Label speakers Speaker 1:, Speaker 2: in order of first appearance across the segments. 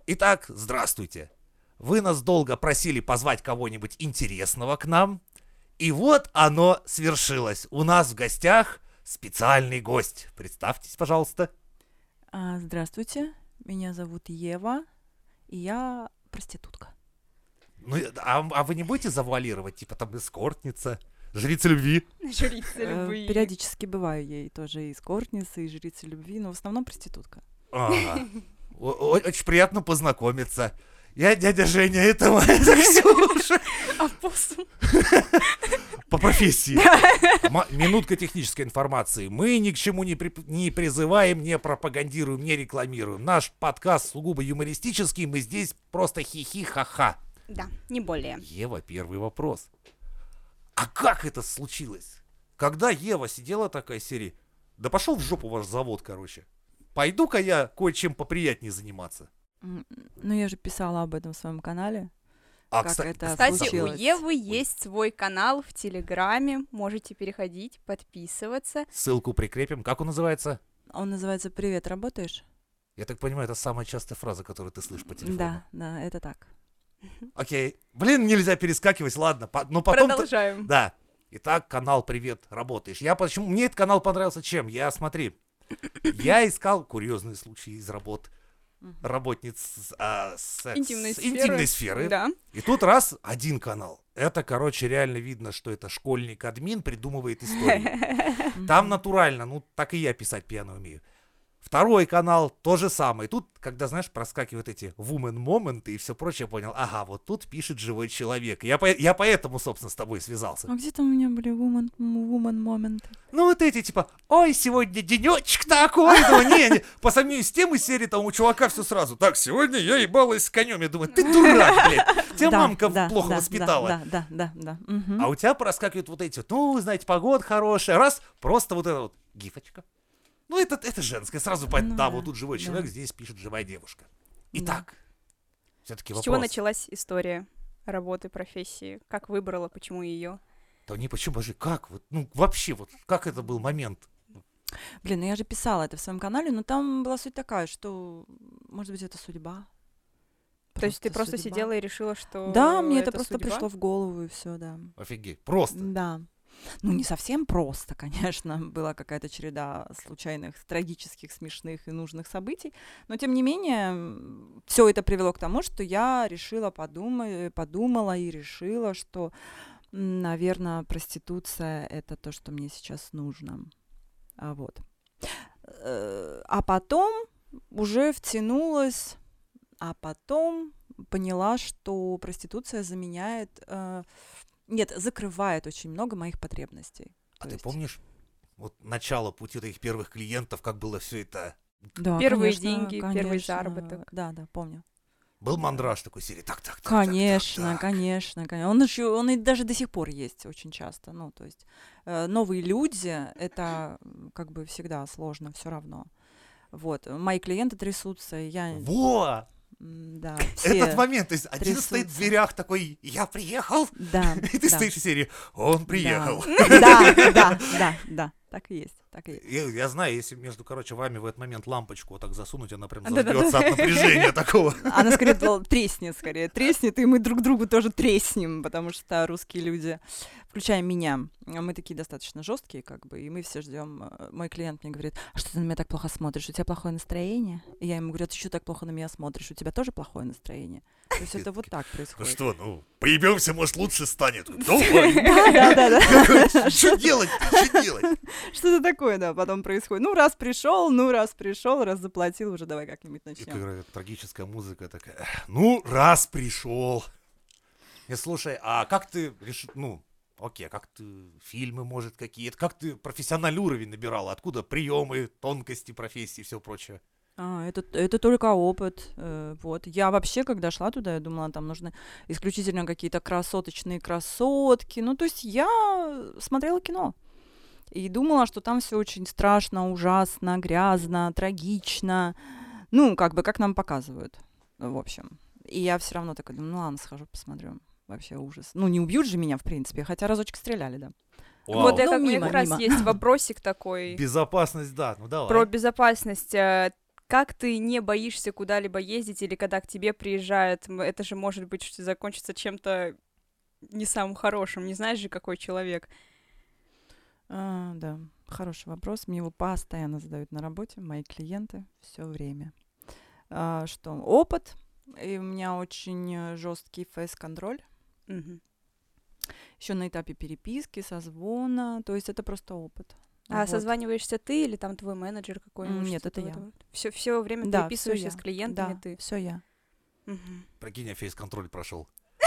Speaker 1: Итак, здравствуйте. Вы нас долго просили позвать кого-нибудь интересного к нам. И вот оно свершилось. У нас в гостях специальный гость. Представьтесь, пожалуйста.
Speaker 2: Здравствуйте, меня зовут Ева, и я проститутка.
Speaker 1: Ну, а вы не будете завуалировать, типа там эскортница, жрица любви?
Speaker 3: Жрица любви.
Speaker 2: Периодически бываю ей тоже и эскортница, и жрица любви, но в основном проститутка.
Speaker 1: Ага. Очень приятно познакомиться. Я дядя Женя, это моя Ксюша.
Speaker 3: Апостол.
Speaker 1: По профессии. Минутка технической информации. Мы ни к чему не призываем, не пропагандируем, не рекламируем. Наш подкаст сугубо юмористический, мы здесь просто хихи-ха-ха.
Speaker 3: Да, не более.
Speaker 1: Ева, первый вопрос. А как это случилось? Когда Ева сидела такая серия, да пошел в жопу ваш завод, короче. Пойду-ка я кое-чем поприятнее заниматься.
Speaker 2: Ну, я же писала об этом в своем канале.
Speaker 1: А,
Speaker 2: как
Speaker 1: кстати,
Speaker 2: это
Speaker 3: Кстати,
Speaker 2: случилось.
Speaker 3: у Евы есть свой канал в Телеграме. Можете переходить, подписываться.
Speaker 1: ссылку прикрепим. Как он называется?
Speaker 2: Он называется «Привет, работаешь?»
Speaker 1: Я так понимаю, это самая частая фраза, которую ты слышишь по телефону.
Speaker 2: Да, это так.
Speaker 1: Окей. Блин, нельзя перескакивать, ладно. Но потом...
Speaker 3: Продолжаем.
Speaker 1: Да. Итак, канал «Привет, работаешь». Мне этот канал понравился чем? Я искал курьезные случаи из работ работниц интимной сферы.
Speaker 3: Да.
Speaker 1: И тут раз, один канал. Это, короче, реально видно, что это школьник-админ придумывает историю. Там натурально, ну, так и я писать пьяно умею. Второй канал, то же самое. Тут, когда, знаешь, проскакивают эти woman-моменты и все прочее, я понял, ага, вот тут пишет живой человек. Я поэтому, собственно, с тобой связался.
Speaker 2: А где там у меня были woman моменты?
Speaker 1: Ну, вот эти, типа, ой, сегодня денечек такой. Ну, не, по сравнению с тем из серии, там у чувака все сразу. Так, сегодня я ебалась с конем. Я думаю, ты дурак, блядь. Тебя мамка плохо воспитала.
Speaker 2: Да.
Speaker 1: А у тебя проскакивают вот эти, ну, вы знаете, погода хорошая. Раз, просто вот эта вот гифочка. Ну, это женское. Сразу понятно, да, вот тут живой человек, здесь пишет живая девушка. Итак, все-таки вопрос.
Speaker 3: С чего началась история работы, профессии? Как выбрала, почему ее?
Speaker 1: Да не почему, боже, как? Вот, ну, вообще, вот, как это был момент?
Speaker 2: Блин, ну я же писала это в своем канале, но там была суть такая, что, может быть, это судьба.
Speaker 3: То есть ты просто
Speaker 2: судьба.
Speaker 3: сидела и решила, что
Speaker 2: Да, мне это просто
Speaker 3: судьба?
Speaker 2: пришло в голову, и все, да.
Speaker 1: Офигеть, просто.
Speaker 2: Да. Ну, не совсем просто, конечно. Была какая-то череда случайных, трагических, смешных и нужных событий. Но, тем не менее, все это привело к тому, что я решила подумала и решила, что, наверное, проституция — это то, что мне сейчас нужно. Вот. А потом уже втянулась, а потом поняла, что проституция заменяет... закрывает очень много моих потребностей.
Speaker 1: А ты помнишь вот начало пути этих первых клиентов, как было все это?
Speaker 2: Да,
Speaker 3: Первые
Speaker 2: конечно,
Speaker 3: деньги, первый
Speaker 2: конечно.
Speaker 3: заработок.
Speaker 2: Да, помню.
Speaker 1: Был мандраж такой серии. Так.
Speaker 2: Конечно. Он и даже до сих пор есть очень часто. Ну, то есть новые люди, это как бы всегда сложно все равно. Вот. Мои клиенты трясутся,
Speaker 1: Во!
Speaker 2: Да,
Speaker 1: Этот момент, то есть один
Speaker 2: трясутся.
Speaker 1: стоит в дверях такой, я приехал,
Speaker 2: Да.
Speaker 1: и ты стоишь в серии, он приехал.
Speaker 2: Да, так и есть.
Speaker 1: Я знаю, если между, вами в этот момент лампочку вот так засунуть, она прям зажгется от напряжения такого.
Speaker 2: Она скорее треснет, и мы друг другу тоже треснем, потому что русские люди, включая меня, мы такие достаточно жесткие, как бы, и мы все ждем. Мой клиент мне говорит: а что ты на меня так плохо смотришь? У тебя плохое настроение? И я ему говорю: ты что так плохо на меня смотришь? У тебя тоже плохое настроение? То есть это вот так происходит.
Speaker 1: Ну что, поебемся, может, лучше станет. Давай.
Speaker 2: Да.
Speaker 1: Что делать?
Speaker 2: Что-то такое, да, потом происходит. Раз пришел, раз заплатил, уже давай как-нибудь
Speaker 1: И
Speaker 2: начнем.
Speaker 1: трагическая музыка такая. Раз пришел. Слушай, а как ты решил, окей, как ты фильмы, может, какие-то, как ты профессиональный уровень набирала? Откуда приемы, тонкости профессии и все прочее?
Speaker 2: Это только опыт. Вот. Я вообще, когда шла туда, я думала, там нужны исключительно какие-то красоточные красотки. Ну, то есть я смотрела кино. И думала, что там все очень страшно, ужасно, грязно, трагично. Как нам показывают, в общем. И я все равно такая думаю, ладно, схожу, посмотрю. Вообще ужас. Не убьют же меня, в принципе, хотя разочек стреляли, да.
Speaker 1: Вау.
Speaker 3: Вот
Speaker 2: мимо.
Speaker 3: как раз есть вопросик такой.
Speaker 1: Безопасность, да, давай.
Speaker 3: Про безопасность. Как ты не боишься куда-либо ездить, или когда к тебе приезжают, это же может быть, что закончится чем-то не самым хорошим, не знаешь же, какой человек.
Speaker 2: Да, хороший вопрос. Мне его постоянно задают на работе, мои клиенты, все время. Что? Опыт. И у меня очень жесткий фейс-контроль.
Speaker 3: Мгм.
Speaker 2: Еще на этапе переписки, созвона. То есть это просто опыт.
Speaker 3: А
Speaker 2: Вот.
Speaker 3: созваниваешься ты или там твой менеджер какой-нибудь?
Speaker 2: Нет, это я.
Speaker 3: Все время
Speaker 2: Да,
Speaker 3: переписываешься
Speaker 2: всё
Speaker 3: с клиентами
Speaker 2: Да,
Speaker 3: ты.
Speaker 2: все я.
Speaker 3: Мгм.
Speaker 1: Прикинь, я фейс-контроль прошел.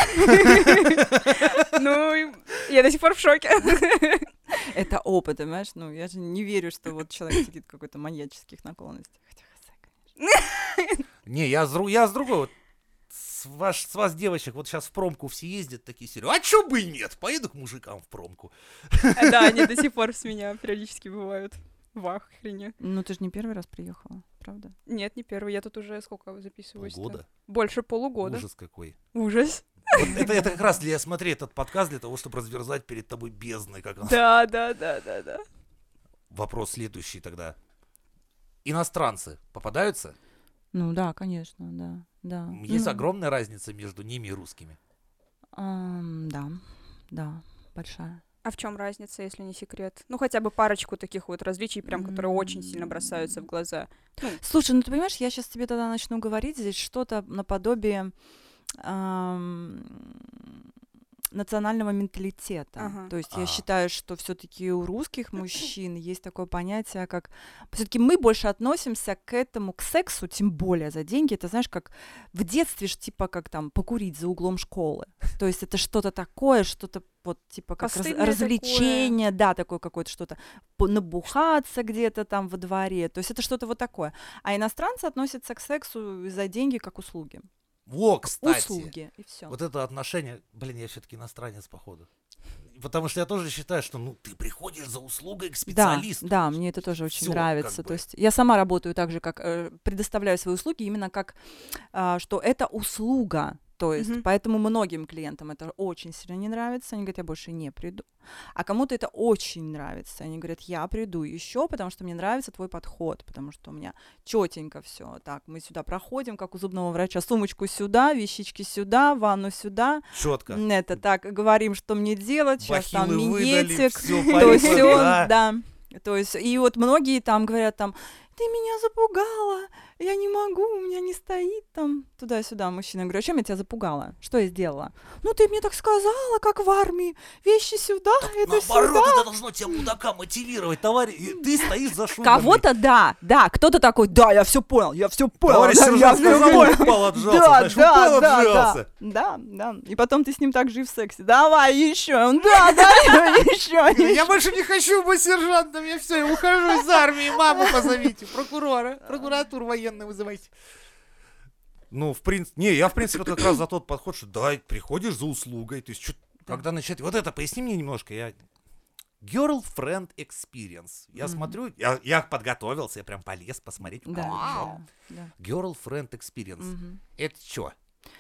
Speaker 3: Ну, я до сих пор в шоке.
Speaker 2: Это опыт, понимаешь? Ну, я же не верю, что вот человек сидит в какой-то маньяческих наклонностях. Хотя, конечно.
Speaker 1: Не, я с другой. Вот с вас, девочек, вот сейчас в промку все ездят такие серьезные. А чё бы и нет? Поеду к мужикам в промку.
Speaker 3: Да, они до сих пор с меня периодически бывают. Вах, хрень.
Speaker 2: Ну, ты же не первый раз приехала, правда?
Speaker 3: Нет, не первый. Я тут уже сколько записываюсь?
Speaker 1: Полгода?
Speaker 3: Больше полугода.
Speaker 1: Ужас какой.
Speaker 3: Ужас.
Speaker 1: Вот это как раз смотри, этот подкаст для того, чтобы разверзать перед тобой бездны. Как
Speaker 3: Да.
Speaker 1: Вопрос следующий тогда. Иностранцы попадаются?
Speaker 2: Ну да, конечно, да.
Speaker 1: Есть
Speaker 2: Ну,
Speaker 1: огромная разница между ними и русскими.
Speaker 2: да, большая.
Speaker 3: А в чем разница, если не секрет? Ну, хотя бы парочку таких вот различий, прям, которые очень сильно бросаются в глаза.
Speaker 2: Слушай, ну ты понимаешь, я сейчас тебе тогда начну говорить здесь что-то наподобие национального менталитета.
Speaker 3: Ага.
Speaker 2: То есть я считаю, что все-таки у русских мужчин есть такое понятие, как все-таки мы больше относимся к этому, к сексу, тем более за деньги. Это знаешь, как в детстве ж типа как там покурить за углом школы. То есть это что-то такое, что-то вот типа как
Speaker 3: Постыдное
Speaker 2: развлечение, да, такое какое-то что-то, набухаться где-то там во дворе. То есть это что-то вот такое. А иностранцы относятся к сексу за деньги как услуги.
Speaker 1: Во, кстати.
Speaker 2: Услуги, и все.
Speaker 1: Вот это отношение, блин, я все-таки иностранец, походу. Потому что я тоже считаю, что ну ты приходишь за услугой к специалисту.
Speaker 2: Да, мне это тоже очень
Speaker 1: Всё,
Speaker 2: нравится.
Speaker 1: как бы.
Speaker 2: То есть я сама работаю так же, как предоставляю свои услуги, именно как, что это услуга. То есть, поэтому многим клиентам это очень сильно не нравится. Они говорят, я больше не приду. А кому-то это очень нравится. Они говорят, я приду еще, потому что мне нравится твой подход, потому что у меня четенько все. Так, мы сюда проходим, как у зубного врача, сумочку сюда, вещички сюда, ванну сюда.
Speaker 1: Четко.
Speaker 2: Это так, говорим, что мне делать, сейчас там
Speaker 1: Бахилы выдали,
Speaker 2: минетик,
Speaker 1: всё
Speaker 2: то
Speaker 1: порядок,
Speaker 2: все,
Speaker 1: да.
Speaker 2: да. То есть, и вот многие там говорят там, ты меня запугала, я не могу, у меня не стоит там туда-сюда. Мужчина, я говорю, а чем я тебя запугала? Что я сделала? Ну, ты мне так сказала, как в армии, вещи сюда, это
Speaker 1: Наоборот,
Speaker 2: сюда.
Speaker 1: это должно тебя, мудака, мотивировать, товарищ. И ты стоишь за шубами.
Speaker 2: Кого-то да, кто-то такой, да, я все понял,
Speaker 1: Товарищ
Speaker 2: да,
Speaker 1: сержант
Speaker 2: я всё
Speaker 1: сказал,
Speaker 2: понял.
Speaker 1: упал, отжался. Значит, упал, отжался.
Speaker 2: Да. И потом ты с ним так же и в сексе. Давай еще. Да, еще.
Speaker 1: Я больше не хочу быть сержантом, я все, я ухожу из армии, маму позовите, прокурора, прокуратуру военную вызывайте. Ну, в принципе, я в принципе вот как раз за тот подход, что да, приходишь за услугой, то есть когда начать, вот это поясни мне немножко, я girlfriend experience, я смотрю, я подготовился, я прям полез посмотреть.
Speaker 2: Да.
Speaker 1: Girlfriend experience, это что?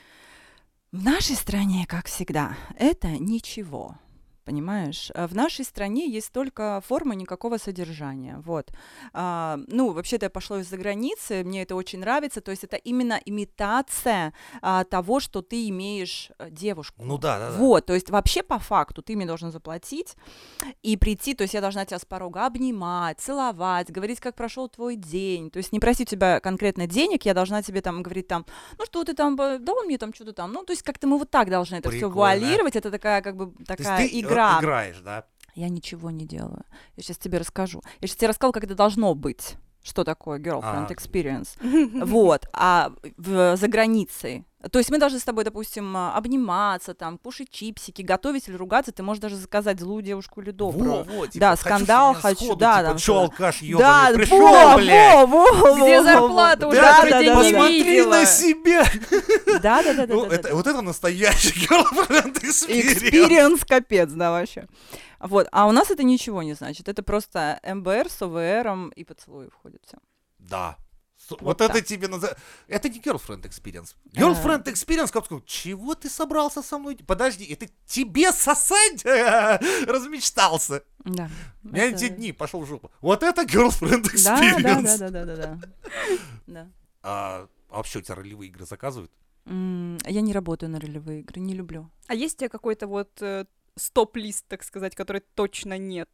Speaker 2: В нашей стране, как всегда, это ничего. Понимаешь, в нашей стране есть только форма, никакого содержания. Вот. Вообще-то пошло из-за границы, мне это очень нравится. То есть это именно имитация того, что ты имеешь девушку.
Speaker 1: Ну да.
Speaker 2: Вот, то есть вообще по факту ты мне должен заплатить и прийти, то есть я должна тебя с порога обнимать, целовать, говорить, как прошел твой день. То есть не просить у тебя конкретно денег, я должна тебе там говорить там, ну что ты там, дал мне там что-то там. Ну, то есть как-то мы вот так должны это все вуалировать. Это такая как бы такая игра.
Speaker 1: Играешь, да?
Speaker 2: Я ничего не делаю. Я сейчас тебе расскажу. Я сейчас тебе рассказала, как это должно быть. Что такое girlfriend experience. Вот. А за границей. То есть мы должны с тобой, допустим, обниматься, там, кушать чипсики, готовить или ругаться. Ты можешь даже заказать злую девушку или добрую.
Speaker 1: Типа,
Speaker 2: скандал хочу. Да,
Speaker 1: типа, чё, алкаш
Speaker 2: Да,
Speaker 1: ёбаный, пришёл, блядь.
Speaker 3: Где зарплата уже
Speaker 1: Да,
Speaker 3: второй день не
Speaker 1: посмотри
Speaker 3: видела.
Speaker 1: на себя.
Speaker 2: Да.
Speaker 1: Вот это настоящий girlfriend experience.
Speaker 2: Experience капец, да, вообще. Вот, а у нас это ничего не значит. Это просто МБР с ОВРом и поцелуи входит все.
Speaker 1: Да, Вот
Speaker 2: так.
Speaker 1: это тебе называется... Это не girlfriend experience. Girlfriend experience, как сказал, чего ты собрался со мной? Подожди, это тебе сосать размечтался.
Speaker 2: Да.
Speaker 1: Я
Speaker 2: это-
Speaker 1: эти дни пошел в жопу. Вот это girlfriend
Speaker 2: Да,
Speaker 1: experience.
Speaker 2: да. Да.
Speaker 1: А вообще у тебя ролевые игры заказывают?
Speaker 2: Я не работаю на ролевые игры, не люблю.
Speaker 3: А есть у тебя какой-то вот стоп-лист, так сказать, который точно нет?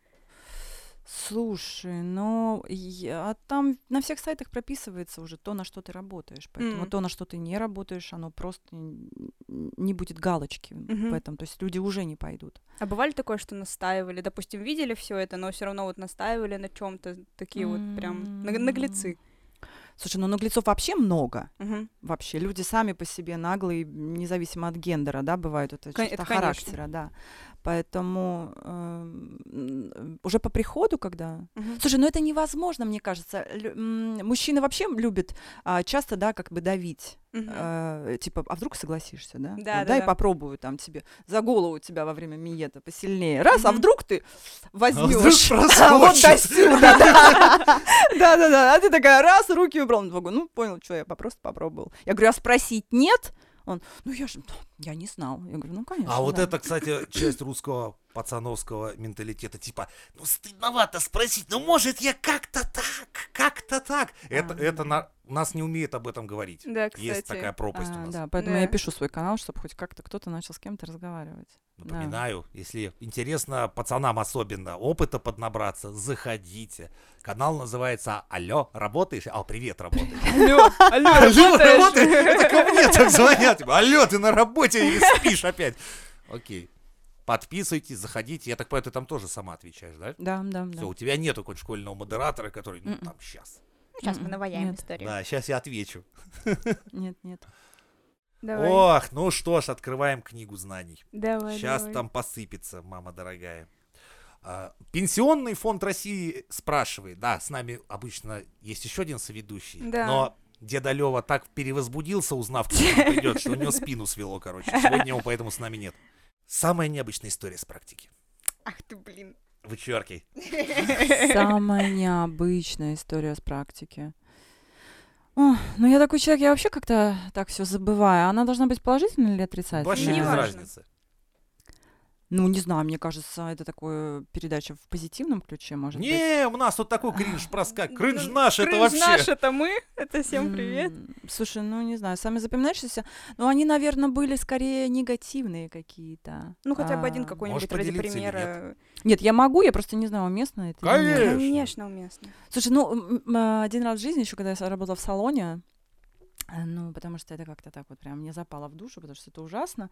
Speaker 2: Слушай, ну, там на всех сайтах прописывается уже то, на что ты работаешь. Поэтому то, на что ты не работаешь, оно просто не будет галочки в этом. То есть люди уже не пойдут.
Speaker 3: А бывали такое, что настаивали, допустим, видели все это, но все равно вот настаивали на чем-то, такие вот прям наглецы.
Speaker 2: Слушай, ну наглецов вообще много.
Speaker 3: Мгм.
Speaker 2: Вообще, люди сами по себе наглые, независимо от гендера, да, бывают, это черта
Speaker 3: это конечно.
Speaker 2: характера, да. Поэтому уже по приходу, когда...
Speaker 3: Мгм.
Speaker 2: Слушай, ну это невозможно, мне кажется. Мужчины вообще любят часто, да, как бы давить.
Speaker 3: Мгм.
Speaker 2: Типа, а вдруг согласишься, да?
Speaker 3: Да,
Speaker 2: Вот,
Speaker 3: да,
Speaker 2: дай
Speaker 3: да.
Speaker 2: попробую там тебе за голову тебя во время минета посильнее. Раз, а
Speaker 3: Мгм.
Speaker 2: вдруг ты возьмешь
Speaker 1: вдруг
Speaker 2: вот до
Speaker 1: проскочит.
Speaker 2: сюда, да. Да. А ты такая, раз, руки убрал. Ну, понял, что я просто попробовал. Я говорю, а спросить нет? Он, ну я не знал. Я говорю, ну конечно.
Speaker 1: А вот
Speaker 2: да.
Speaker 1: это, кстати, часть русского пацановского менталитета, типа, ну стыдновато спросить, ну может я как-то так. Это нас не умеет об этом говорить.
Speaker 3: Да, кстати.
Speaker 1: Есть такая пропасть у нас.
Speaker 2: Да, поэтому
Speaker 3: Да.
Speaker 2: я пишу свой канал, чтобы хоть как-то кто-то начал с кем-то разговаривать. Да.
Speaker 1: Напоминаю, если интересно пацанам особенно опыта поднабраться, заходите. Канал называется «Алло, работаешь?» Привет, работаешь.
Speaker 3: Алло, работаешь?
Speaker 1: работаешь? Это ко мне так звонят. Типа, алло, ты на работе или спишь опять? Окей. Подписывайтесь, заходите. Я так понимаю, ты там тоже сама отвечаешь, да?
Speaker 2: Да.
Speaker 1: Все, у тебя нету какого-нибудь школьного модератора, который, ну, там, сейчас.
Speaker 3: Сейчас мы наваяем
Speaker 2: Нет.
Speaker 3: историю.
Speaker 1: Да, сейчас я отвечу.
Speaker 2: Нет.
Speaker 3: Давай.
Speaker 1: Ох, ну что ж, открываем книгу знаний.
Speaker 3: Давай,
Speaker 1: Сейчас
Speaker 3: давай.
Speaker 1: там посыпется, мама дорогая. Пенсионный фонд России спрашивает, да, с нами обычно есть еще один соведущий,
Speaker 3: Да.
Speaker 1: но деда Лёва так перевозбудился, узнав, кто к нам придет, что у него спину свело, короче. Сегодня его поэтому с нами нет. Самая необычная история с практики.
Speaker 3: Ах ты, блин.
Speaker 1: Вычеркивай.
Speaker 2: Самая необычная история с практики. Ну я такой человек, я вообще как-то так все забываю. Она должна быть положительной или отрицательной?
Speaker 1: Вообще
Speaker 3: Не
Speaker 1: без
Speaker 3: важно.
Speaker 1: разницы.
Speaker 2: Ну, не знаю, мне кажется, это такая передача в позитивном ключе, может быть.
Speaker 1: Не, у нас тут такой кринж проскак. Кринж
Speaker 3: Ну,
Speaker 1: наш, это
Speaker 3: Кринж
Speaker 1: вообще.
Speaker 3: наш, это мы. Это всем привет.
Speaker 2: Слушай, ну не знаю, самые запоминающиеся, ну они, наверное, были скорее негативные какие-то.
Speaker 3: Ну, хотя бы один какой-нибудь
Speaker 1: Можешь
Speaker 3: ради
Speaker 1: поделиться или
Speaker 3: примера.
Speaker 2: Нет, я могу, я просто не знаю, уместно это или нет.
Speaker 1: Конечно.
Speaker 3: Конечно, уместно.
Speaker 2: Слушай, ну один раз в жизни, еще когда я работала в салоне, ну, потому что это как-то так вот прям мне запало в душу, потому что это ужасно.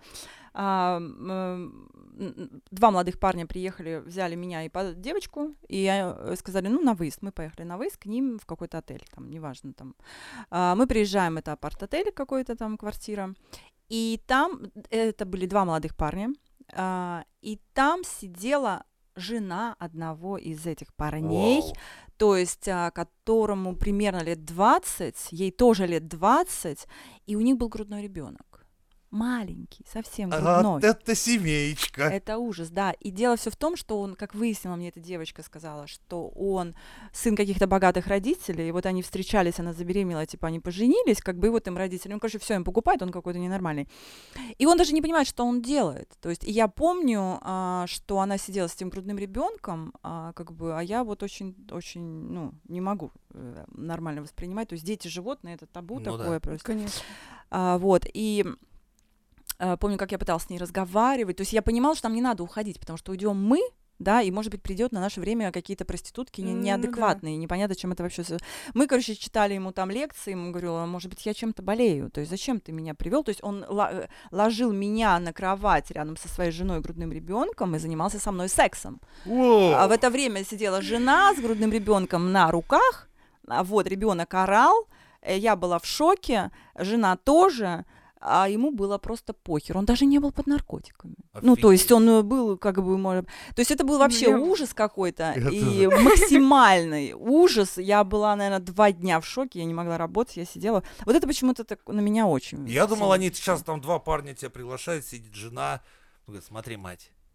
Speaker 2: Два молодых парня приехали, взяли меня и девочку, и сказали, ну, на выезд. Мы поехали на выезд к ним в какой-то отель, там, неважно, там. Мы приезжаем, это апарт-отель какой-то там, квартира, и там, это были два молодых парня, и там сидела жена одного из этих парней,
Speaker 1: Вау.
Speaker 2: то есть которому примерно лет 20, ей тоже лет 20, и у них был грудной ребенок. Маленький, совсем грудной.
Speaker 1: Вот это семеечка.
Speaker 2: Это ужас, да. И дело все в том, что он, как выяснила мне эта девочка, сказала, что он сын каких-то богатых родителей, и вот они встречались, она забеременела, типа они поженились, как бы и вот им родители, он, короче, все им покупает, он какой-то ненормальный. И он даже не понимает, что он делает. То есть и я помню, что она сидела с этим грудным ребенком, как бы, а я вот очень, ну, не могу нормально воспринимать. То есть дети, животные, это табу
Speaker 1: Ну
Speaker 2: такое
Speaker 1: да.
Speaker 2: просто.
Speaker 3: Конечно.
Speaker 2: Вот, и помню, как я пыталась с ней разговаривать. То есть я понимала, что нам не надо уходить, потому что уйдем мы, да, и, может быть, придет на наше время какие-то проститутки
Speaker 3: Ну да.
Speaker 2: неадекватные, непонятно, чем это вообще... Мы, короче, читали ему там лекции, ему говорю, может быть, я чем-то болею, то есть зачем ты меня привел? То есть он ложил меня на кровать рядом со своей женой и грудным ребенком и занимался со мной сексом. А в это время сидела жена с грудным ребенком на руках, вот, ребенок орал, я была в шоке, жена тоже, а ему было просто похер. Он даже не был под наркотиками. Ну, то есть он был как бы... То есть это был вообще
Speaker 3: Блин.
Speaker 2: ужас какой-то.
Speaker 1: Это
Speaker 2: И максимальный ужас. Я была, наверное, 2 дня в шоке, я не могла работать, я сидела. Вот это почему-то так на меня очень...
Speaker 1: Я думал,
Speaker 2: сильно
Speaker 1: они
Speaker 2: впечатлило.
Speaker 1: сейчас там два парня тебя приглашают, сидит жена. Говорит, смотри, мать,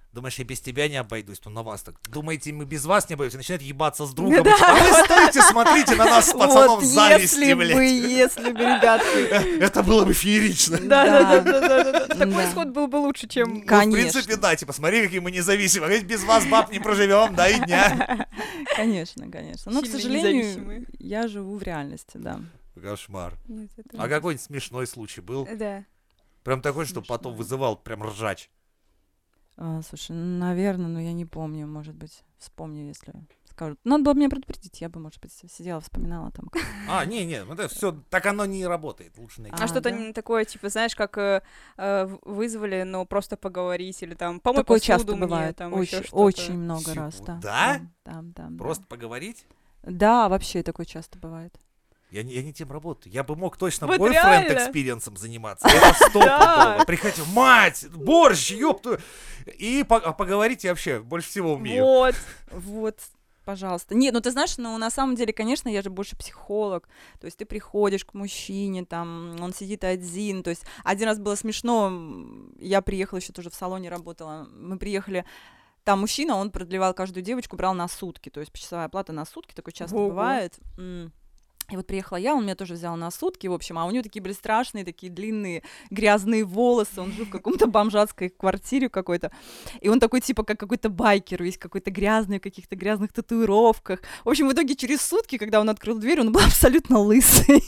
Speaker 1: Думаешь, я без тебя не обойдусь, ну на вас так. Думаете, мы без вас не обойдемся? Начинает ебаться с другом. А вы стоите, смотрите на нас с пацаном с завистью, блядь.
Speaker 2: Если бы, ребятки.
Speaker 1: Это было бы феерично.
Speaker 3: Да. Такой исход был бы лучше, чем...
Speaker 1: Ну, в принципе, да, типа, смотри, какие мы независимые. Ведь без вас, баб, не проживем, да, и дня.
Speaker 2: Конечно. Но, к
Speaker 3: Сильно
Speaker 2: сожалению,
Speaker 3: независимые.
Speaker 2: я живу в реальности, да.
Speaker 1: Кошмар.
Speaker 3: Нет, это-
Speaker 1: А какой-нибудь смешной случай был?
Speaker 3: Да.
Speaker 1: Прям такой, что
Speaker 2: Смешной.
Speaker 1: потом вызывал прям ржач.
Speaker 2: Слушай, наверное, но я не помню, может быть, вспомню, если скажут. Надо было меня предупредить, я бы, может быть, сидела, вспоминала там.
Speaker 1: Не, это все, так оно не работает. Лучше найти.
Speaker 3: А что-то
Speaker 2: да?
Speaker 3: такое, типа, знаешь, как вызвали, но просто поговорить, или там, помой
Speaker 2: Такое
Speaker 3: посуду
Speaker 2: часто
Speaker 3: мне,
Speaker 2: бывает,
Speaker 3: там ещё
Speaker 2: очень,
Speaker 3: что-то.
Speaker 2: очень много
Speaker 1: Всего.
Speaker 2: раз, да.
Speaker 1: Да?
Speaker 2: Да.
Speaker 1: Просто поговорить?
Speaker 2: Да, вообще такое часто бывает.
Speaker 1: Я не тем работаю. Я бы мог точно
Speaker 3: Вот
Speaker 1: бойфренд
Speaker 3: реально?
Speaker 1: экспириенсом заниматься. Это стопудово. Приходите, мать, борщ, ёпту. И поговорить я вообще больше всего умею.
Speaker 2: Вот, пожалуйста. Нет, ну ты знаешь, ну на самом деле, конечно, я же больше психолог. То есть ты приходишь к мужчине, там, он сидит один. То есть один раз было смешно, я приехала, еще тоже в салоне работала. Мы приехали, там мужчина, он продлевал каждую девочку, брал на сутки. То есть почасовая оплата на сутки, такое часто
Speaker 3: Ого.
Speaker 2: бывает. И вот приехала я, он меня тоже взял на сутки, в общем, а у него такие были страшные, такие длинные, грязные волосы, он жил в каком-то бомжатской квартире какой-то, и он такой, типа, как какой-то байкер, весь какой-то грязный, в каких-то грязных татуировках. В общем, в итоге через сутки, когда он открыл дверь, он был абсолютно лысый.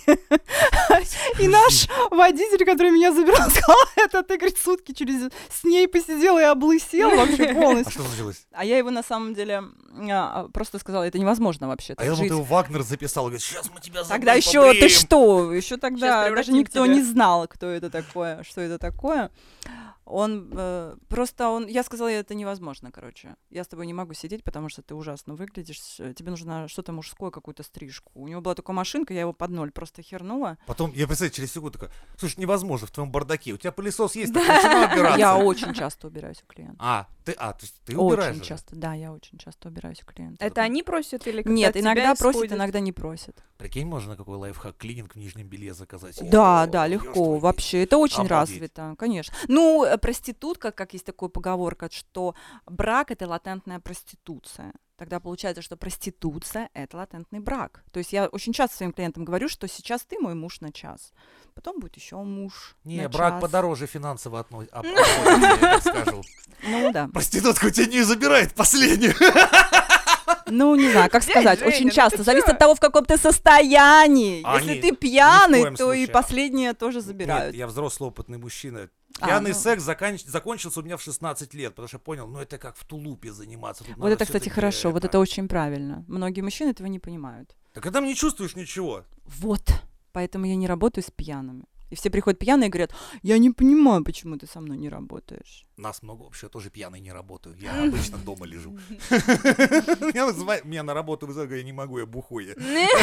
Speaker 2: И наш водитель, который меня забирал, сказал, это ты, говорит, сутки с ней посидел и облысел вообще
Speaker 1: А
Speaker 2: полностью.
Speaker 1: что случилось?
Speaker 2: А я его на самом деле просто сказала, это невозможно вообще
Speaker 1: А
Speaker 2: так
Speaker 1: я думал,
Speaker 2: жить.
Speaker 1: ты его Вагнер записал. Говорит, сейчас мы тебя
Speaker 2: Тогда
Speaker 1: забудем,
Speaker 2: еще ты
Speaker 1: побреем».
Speaker 2: что? Еще
Speaker 3: Щас
Speaker 2: тогда даже
Speaker 3: превратим
Speaker 2: никто
Speaker 3: тебя.
Speaker 2: не знал, кто это такое, что это такое. Он я сказала, это невозможно, короче. Я с тобой не могу сидеть, потому что ты ужасно выглядишь. Тебе нужно что-то мужское, какую-то стрижку. У него была такая машинка, я его под ноль просто хернула.
Speaker 1: Потом, я представляю, через секунду такой, слушай, невозможно, в твоем бардаке. У тебя пылесос есть, так начинаю убираться.
Speaker 2: Я очень часто убираюсь у клиента.
Speaker 1: То есть ты убираешь?
Speaker 2: Очень
Speaker 1: уже?
Speaker 2: часто, да, я очень часто убираюсь у клиента.
Speaker 3: Это они просят или когда
Speaker 2: Нет,
Speaker 3: от тебя
Speaker 2: иногда просят,
Speaker 3: исходит?
Speaker 2: иногда не просят.
Speaker 1: Прикинь, можно какой лайфхак клининг в нижнем белье заказать?
Speaker 2: Да,
Speaker 1: О,
Speaker 2: легко,
Speaker 1: ёшт
Speaker 2: вообще, это очень
Speaker 1: Обалдеть.
Speaker 2: развито, конечно. Ну, проститутка, как есть такая поговорка, что брак — это латентная проституция. Тогда получается, что проституция — это латентный брак. То есть я очень часто своим клиентам говорю, что сейчас ты мой муж на час, потом будет еще муж
Speaker 1: Не,
Speaker 2: на
Speaker 1: брак
Speaker 2: час.
Speaker 1: подороже финансово обходится, я так скажу.
Speaker 2: Ну да.
Speaker 1: Проститутка у тебя не забирает последнюю.
Speaker 2: Ну, не знаю, как сказать,
Speaker 3: Женя,
Speaker 2: очень
Speaker 3: ну
Speaker 2: часто.
Speaker 3: ты
Speaker 2: Зависит
Speaker 3: чё?
Speaker 2: от того, в каком ты состоянии.
Speaker 1: А,
Speaker 2: Если
Speaker 1: нет,
Speaker 2: ты
Speaker 1: ни в
Speaker 2: пьяный,
Speaker 1: коем
Speaker 2: то и
Speaker 1: случае.
Speaker 2: последнее тоже забирают.
Speaker 1: Нет, я взрослый опытный мужчина.
Speaker 2: А,
Speaker 1: Пьяный
Speaker 2: ну.
Speaker 1: секс закончился у меня в 16 лет, потому что я понял, ну это как в тулупе заниматься. Тут
Speaker 2: Вот
Speaker 1: надо
Speaker 2: это, кстати,
Speaker 1: всё-таки
Speaker 2: хорошо, вот это очень правильно. Многие мужчины этого не понимают.
Speaker 1: Так когда не чувствуешь ничего.
Speaker 2: Вот, поэтому я не работаю с пьяными. И все приходят пьяные и говорят, я не понимаю, почему ты со мной не работаешь.
Speaker 1: Нас много вообще, я тоже пьяный не работаю. Я обычно дома лежу. Меня на работу вызывают, говорю, я не могу, я бухой.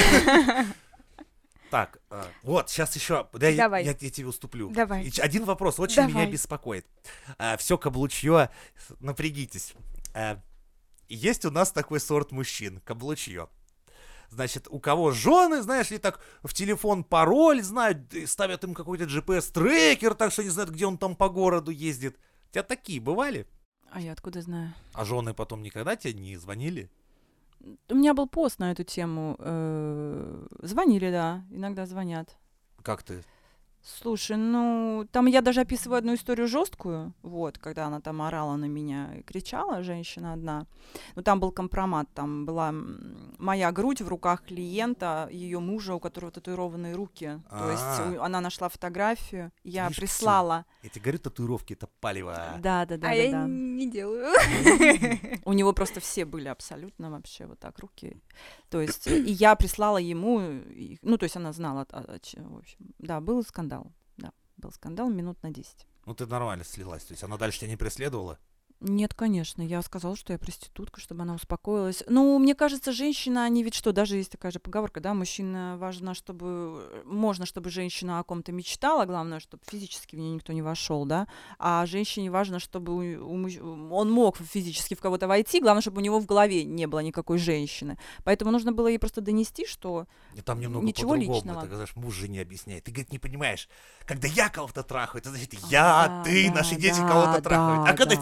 Speaker 1: Так, вот, сейчас еще,
Speaker 3: Давай.
Speaker 1: я тебе уступлю.
Speaker 3: Давай.
Speaker 1: И один вопрос очень меня
Speaker 3: Давай.
Speaker 1: беспокоит. Все каблучье, напрягитесь. Есть у нас такой сорт мужчин, каблучье. Значит, у кого жены, знаешь ли, так в телефон пароль знают, и ставят им какой-то GPS-трекер, так что не знают, где он там по городу ездит. У тебя такие бывали?
Speaker 2: А я откуда знаю?
Speaker 1: А жены потом никогда тебе не звонили?
Speaker 2: У меня был пост на эту тему. Звонили, да, иногда звонят.
Speaker 1: Как ты?
Speaker 2: Слушай, ну, там я даже описываю одну историю жесткую, вот, когда она там орала на меня и кричала, женщина одна. Но там был компромат, там была моя грудь в руках клиента, ее мужа, у которого татуированные руки. То есть она нашла фотографию, я
Speaker 1: Видишь,
Speaker 2: прислала.
Speaker 1: Я тебе говорю, татуировки — это палево.
Speaker 2: Да.
Speaker 3: А я не делаю.
Speaker 2: У него просто все были абсолютно вообще вот так руки. То есть, и я прислала ему, ну, то есть она знала, в общем, да, был скандал. Да, был скандал минут на 10.
Speaker 1: Ну ты нормально слилась, то есть она дальше тебя не преследовала?
Speaker 2: Нет, конечно, я сказала, что я проститутка, чтобы она успокоилась. Ну, мне кажется, женщина, они ведь что, даже есть такая же поговорка, да, мужчина важно, чтобы женщина о ком-то мечтала, главное, чтобы физически в нее никто не вошел, да, а женщине важно, чтобы он мог физически в кого-то войти, главное, чтобы у него в голове не было никакой женщины. Поэтому нужно было ей просто донести, что
Speaker 1: И там немного
Speaker 2: ничего
Speaker 1: по-другому.
Speaker 2: личного.
Speaker 1: Ты говоришь, муж жене объясняет. Ты, говорит, не понимаешь, когда я кого-то трахаю, это значит я, ты, наши дети кого-то трахают. А когда тебя трахают,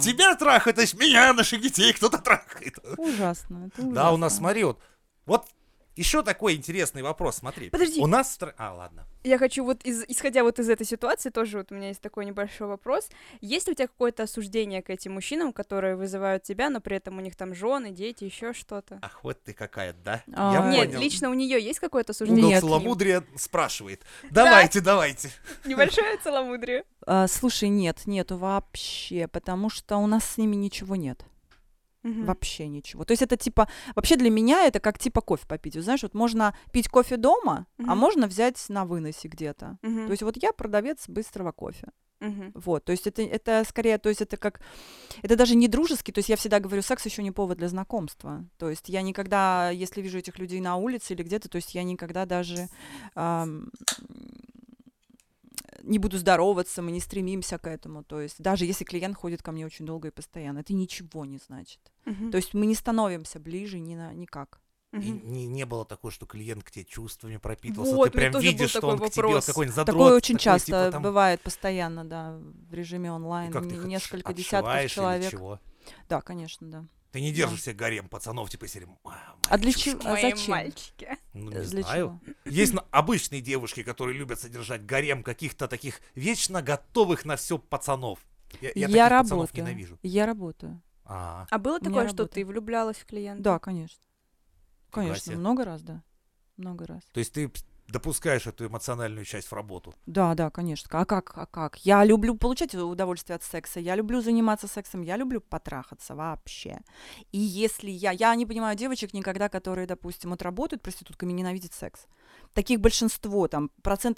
Speaker 1: трахают, значит, меня, наших детей кто-то трахает.
Speaker 2: Ужасно. Это
Speaker 1: Да, у нас,
Speaker 2: ужасно.
Speaker 1: смотри, вот еще такой интересный вопрос, смотри.
Speaker 3: Подожди.
Speaker 1: У нас... ладно.
Speaker 3: Я хочу вот, исходя вот из этой ситуации, тоже вот у меня есть такой небольшой вопрос. Есть ли у тебя какое-то осуждение к этим мужчинам, которые вызывают тебя, но при этом у них там жены, дети, еще что-то?
Speaker 1: Ах, вот ты какая, да?
Speaker 2: А,
Speaker 1: Я
Speaker 3: Нет,
Speaker 1: понял.
Speaker 3: лично у нее есть какое-то осуждение?
Speaker 1: Угол
Speaker 2: Нет.
Speaker 3: к ним?
Speaker 1: целомудрия спрашивает. Давайте.
Speaker 3: Небольшое целомудрие.
Speaker 2: Слушай, нету вообще, потому что у нас с ними ничего нет. Вообще ничего. То есть это типа, вообще для меня это как типа кофе попить. Вот знаешь, вот можно пить кофе дома, а можно взять на выносе где-то. То есть вот я продавец быстрого кофе. Вот, то есть это скорее, то есть это как, это даже не дружеский, то есть я всегда говорю, секс еще не повод для знакомства. То есть я никогда, если вижу этих людей на улице или где-то, то есть я никогда даже не буду здороваться, мы не стремимся к этому. То есть даже если клиент ходит ко мне очень долго и постоянно, это ничего не значит. То есть мы не становимся ближе никак.
Speaker 1: И не было такого, что клиент к тебе чувствами пропитывался,
Speaker 3: Вот,
Speaker 1: ты
Speaker 3: у меня
Speaker 1: прям
Speaker 3: тоже
Speaker 1: видишь,
Speaker 3: был
Speaker 1: что он
Speaker 3: такой
Speaker 1: к тебе
Speaker 3: вопрос.
Speaker 1: какой-нибудь задрот.
Speaker 2: Такое очень
Speaker 1: такой,
Speaker 2: часто
Speaker 1: типа, там,
Speaker 2: бывает постоянно, да, в режиме онлайн.
Speaker 1: как ты их
Speaker 2: Несколько
Speaker 1: отшиваешь
Speaker 2: десятков человек.
Speaker 1: или чего?
Speaker 2: Да, конечно, да.
Speaker 1: Ты не держишь себе гарем пацанов, типа серии.
Speaker 2: А для чего? А
Speaker 3: Мои
Speaker 2: зачем?
Speaker 3: мальчики.
Speaker 1: Ну, не
Speaker 2: Для
Speaker 1: знаю.
Speaker 2: чего?
Speaker 1: Есть обычные девушки, которые любят содержать гарем каких-то таких вечно готовых на все пацанов. Я таких
Speaker 2: Я
Speaker 1: пацанов
Speaker 2: работаю.
Speaker 1: ненавижу.
Speaker 2: Я работаю.
Speaker 1: А,
Speaker 3: А было
Speaker 2: У меня
Speaker 3: такое, что
Speaker 2: работа.
Speaker 3: ты влюблялась в клиента?
Speaker 2: Да, конечно.
Speaker 1: Фига
Speaker 2: Конечно,
Speaker 1: себе.
Speaker 2: много раз, да. Много раз.
Speaker 1: то есть ты допускаешь эту эмоциональную часть в работу.
Speaker 2: Да, конечно. А как? Я люблю получать удовольствие от секса, я люблю заниматься сексом, я люблю потрахаться вообще. И если я не понимаю девочек никогда, которые, допустим, вот работают проститутками, ненавидят секс. Таких большинство, там,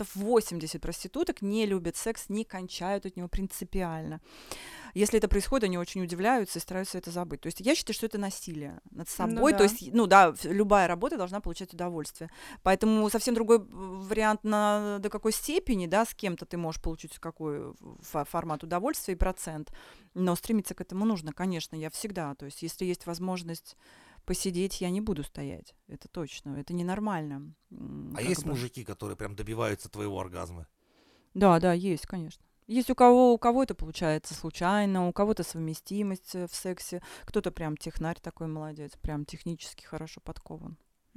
Speaker 2: 80% проституток не любят секс, не кончают от него принципиально. Если это происходит, они очень удивляются и стараются это забыть. То есть я считаю, что это насилие над собой.
Speaker 3: да.
Speaker 2: То есть, любая работа должна получать удовольствие. Поэтому совсем другой вариант до какой степени, да, с кем-то ты можешь получить какой формат удовольствия и процент. Но стремиться к этому нужно, конечно, я всегда. То есть если есть возможность посидеть, я не буду стоять. Это точно. Это ненормально.
Speaker 1: А есть мужики, которые прям добиваются твоего оргазма?
Speaker 2: Да, есть, конечно. Есть у кого это получается случайно, у кого-то совместимость в сексе, кто-то прям технарь такой молодец, прям технически хорошо подкован.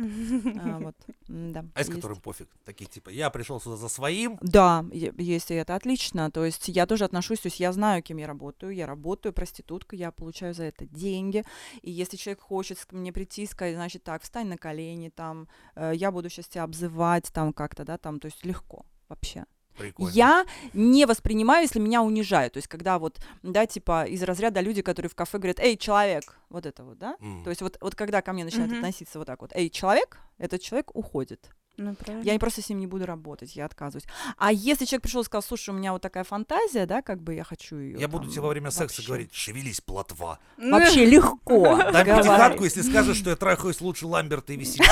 Speaker 2: Вот, да.
Speaker 1: А с которым пофиг? Такие типа, я пришел сюда за своим.
Speaker 2: Да, есть и это отлично. То есть я тоже отношусь, то есть я знаю, кем я работаю проституткой, я получаю за это деньги. И если человек хочет ко мне прийти и сказать, значит, так, встань на колени, там, я буду сейчас тебя обзывать, там, как-то, да, там, то есть легко вообще.
Speaker 1: Прикольно.
Speaker 2: Я не воспринимаю, если меня унижают. То есть, когда вот, да, типа, из разряда люди, которые в кафе говорят, эй, человек, вот это вот, да? То есть, вот когда ко мне начинают относиться вот так вот, эй, человек, этот человек уходит.
Speaker 3: Ну, правильно.
Speaker 2: Я просто с ним не буду работать, я отказываюсь. А если человек пришел и сказал, слушай, у меня вот такая фантазия, да, как бы я хочу ее.
Speaker 1: Я буду тебе во время секса говорить, шевелись, плотва.
Speaker 2: Вообще легко.
Speaker 1: Дай мне
Speaker 2: говорить.
Speaker 1: десятку, если скажешь, что я трахаюсь лучше Ламберта и Веселья.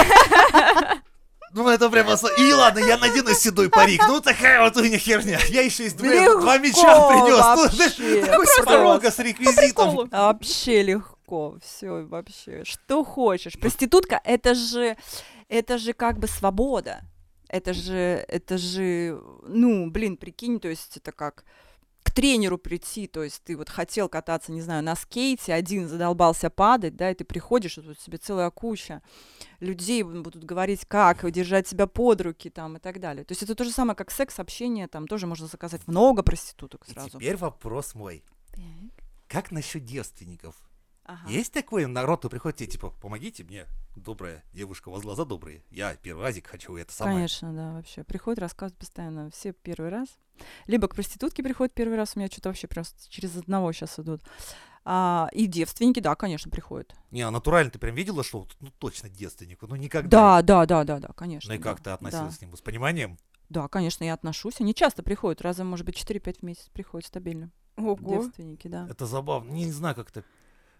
Speaker 1: Ну, это прямо... И ладно, я надену седой парик. Ну, такая вот у меня херня. Я еще из два мяча принес. Ну, знаешь, такой строго с реквизитом.
Speaker 2: Вообще легко. Все, вообще. Что хочешь. Проститутка, это же как бы свобода. Это же, ну, блин, прикинь, то есть это как к тренеру прийти, то есть ты вот хотел кататься, не знаю, на скейте, один задолбался падать, да, и ты приходишь, и тут тебе целая куча людей будут говорить, как держать себя под руки там и так далее. То есть это то же самое, как секс, общение, там тоже можно заказать много проституток
Speaker 1: И
Speaker 2: сразу.
Speaker 1: теперь вопрос мой. Как насчет девственников?
Speaker 2: Ага.
Speaker 1: Есть такой народ, кто приходит тебе, типа, помогите мне, добрая девушка, у вас глаза добрые. Я первый разик хочу, это самое.
Speaker 2: Конечно, да, вообще. Приходят, рассказывают постоянно. Все первый раз. Либо к проститутке приходят первый раз, у меня что-то вообще просто через одного сейчас идут. И девственники, да, конечно, приходят.
Speaker 1: Не, а натурально ты прям видела, что ну точно девственник? Ну никогда.
Speaker 2: Да, конечно.
Speaker 1: Ну и как
Speaker 2: да,
Speaker 1: ты относилась
Speaker 2: да.
Speaker 1: к нему? С пониманием?
Speaker 2: Да, конечно, я отношусь. Они часто приходят, раза, может быть, 4-5 в месяц приходят стабильно.
Speaker 3: Ого.
Speaker 2: Девственники, да.
Speaker 1: Это забавно. Не знаю, как это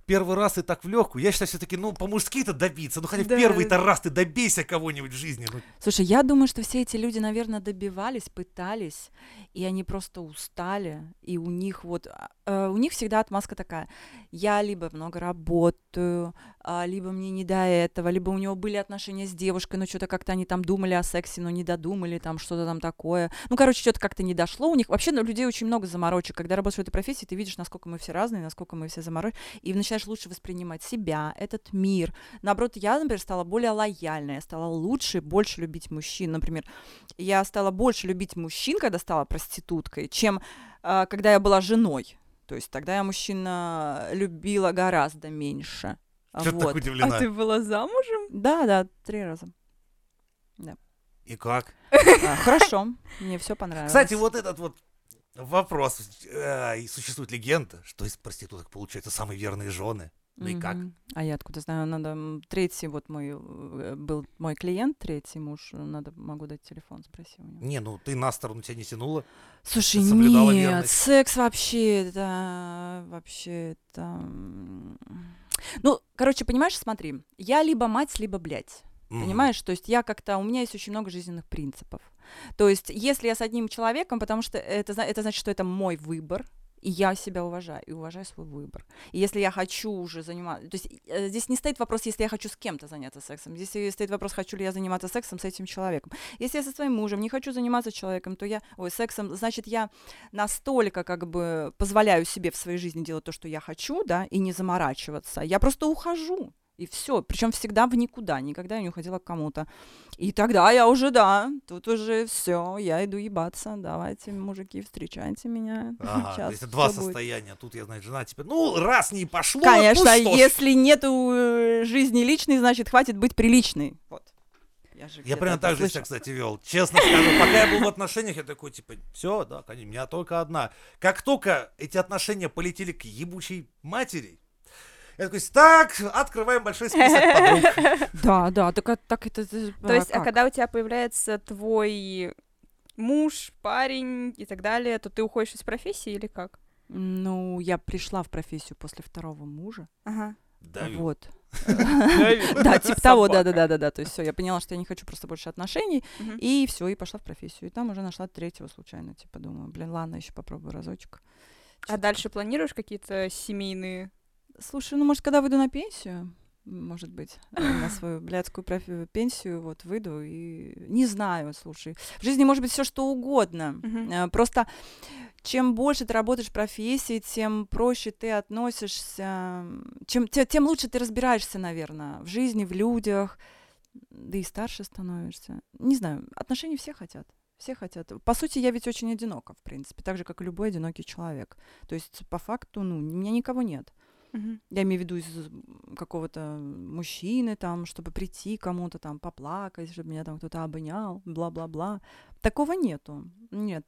Speaker 1: первый раз и так в легкую. Я считаю, все-таки, по-мужски-то добиться. Ну, хотя в
Speaker 3: Да.
Speaker 1: первый-то раз ты добейся кого-нибудь в жизни. Ну,
Speaker 2: Слушай, я думаю, что все эти люди, наверное, добивались, пытались, и они просто устали, и у них у них всегда отмазка такая: я либо много работаю, либо мне не до этого, либо у него были отношения с девушкой, но что-то как-то они там думали о сексе, но не додумали, там что-то там такое. Ну, короче, что-то как-то не дошло. У них вообще у людей очень много заморочек. Когда работаешь в этой профессии, ты видишь, насколько мы все разные, насколько мы все заморочены, и начинаешь лучше воспринимать себя, этот мир. Наоборот, я, например, стала более лояльной, я стала лучше, больше любить мужчин. Например, я стала больше любить мужчин, когда стала проституткой, чем когда я была женой. То есть тогда я мужчина любила гораздо меньше.
Speaker 1: что ты так
Speaker 2: Вот.
Speaker 1: удивлена?
Speaker 3: А ты была замужем?
Speaker 2: Да, 3 раза.
Speaker 1: И как?
Speaker 2: Хорошо, мне все понравилось.
Speaker 1: Кстати, вот этот вот вопрос. И существует легенда, что из проституток получаются самые верные жены. Ну и как?
Speaker 2: А я откуда знаю? Третий вот был мой клиент, третий муж. Могу дать телефон, спроси у него.
Speaker 1: Не, ты на сторону тебя не тянула.
Speaker 2: Слушай,
Speaker 1: Ты соблюдала
Speaker 2: нет,
Speaker 1: верность.
Speaker 2: секс вообще это... Ну, короче, понимаешь, смотри, я либо мать, либо блядь. Понимаешь? То есть у меня есть очень много жизненных принципов. То есть если я с одним человеком, потому что это значит, что это мой выбор, и я себя уважаю, и уважаю свой выбор. И если я хочу уже заниматься... То есть здесь не стоит вопрос, если я хочу с кем-то заняться сексом. Здесь стоит вопрос, хочу ли я заниматься сексом с этим человеком. Если я со своим мужем не хочу заниматься человеком, то сексом, значит, я настолько как бы позволяю себе в своей жизни делать то, что я хочу, да, и не заморачиваться. Я просто ухожу. И все. Причем всегда в никуда. Никогда я не уходила к кому-то. И тогда я уже, тут уже все, я иду ебаться. Давайте, мужики, встречайте меня.
Speaker 1: Ага,
Speaker 2: Сейчас
Speaker 1: если два
Speaker 2: всё будет.
Speaker 1: состояния. Тут я, значит, жена теперь, раз не пошло,
Speaker 2: Конечно,
Speaker 1: ну что ж.
Speaker 2: если нету жизни личной, значит, хватит быть приличной. Вот.
Speaker 1: Я примерно так же себя, кстати, вел. Честно скажу, пока я был в отношениях, я такой, все, да, конечно, у меня только одна. Как только эти отношения полетели к ебучей матери, я такой, так, открываем большой список подруг.
Speaker 2: Да, так это...
Speaker 3: То есть, а когда у тебя появляется твой муж, парень и так далее, то ты уходишь из профессии или как?
Speaker 2: Ну, я пришла в профессию после второго мужа.
Speaker 3: Ага.
Speaker 1: Давил.
Speaker 2: Вот. Да, типа того, да. То есть все, я поняла, что я не хочу просто больше отношений,
Speaker 3: Мгм.
Speaker 2: и все, и пошла в профессию. И там уже нашла третьего случайно. Типа думаю, ладно, еще попробую разочек.
Speaker 3: А
Speaker 2: Чё-то
Speaker 3: дальше планируешь какие-то семейные?
Speaker 2: Слушай, может, когда выйду на пенсию, может быть, на свою блядскую пенсию, вот, выйду и... Не знаю, слушай. В жизни может быть все что угодно.
Speaker 3: Мгм.
Speaker 2: Просто чем больше ты работаешь в профессии, тем проще ты относишься, тем лучше ты разбираешься, наверное, в жизни, в людях, да и старше становишься. Не знаю, отношений все хотят. Все хотят. По сути, я ведь очень одинока, в принципе, так же, как и любой одинокий человек. То есть, по факту, у меня никого нет.
Speaker 3: Мгм.
Speaker 2: Я имею в виду из какого-то мужчины, там, чтобы прийти кому-то там поплакать, чтобы меня там кто-то обнял, бла-бла-бла. Такого нету. Нет.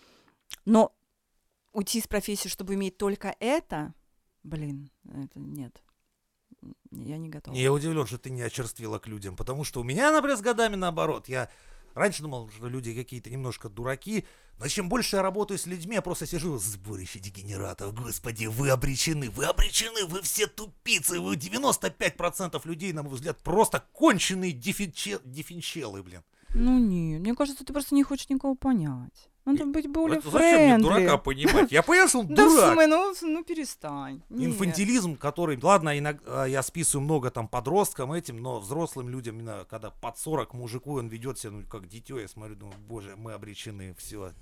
Speaker 2: Но уйти из профессии, чтобы иметь только это, это нет. Я не готова.
Speaker 1: Я удивлен, что ты не очерствила к людям, потому что у меня, например, с годами наоборот. Я раньше думал, что люди какие-то немножко дураки, но чем больше я работаю с людьми, я просто сижу, сборище дегенератов, господи, вы обречены, вы все тупицы, вы 95% людей, на мой взгляд, просто конченые дефинчелы, блин.
Speaker 2: Ну нет, мне кажется, ты просто не хочешь никого понять. Надо быть более
Speaker 1: Это зачем мне дурака
Speaker 2: френдли.
Speaker 1: понимать? Я понимаю, что он
Speaker 2: Да в
Speaker 1: дурак.
Speaker 2: смысле, ну перестань. Нет.
Speaker 1: Инфантилизм, который, ладно, иногда я списываю много там подросткам этим, но взрослым людям, именно когда под 40 мужику он ведет себя, как дитё, я смотрю, думаю, боже, мы обречены, все.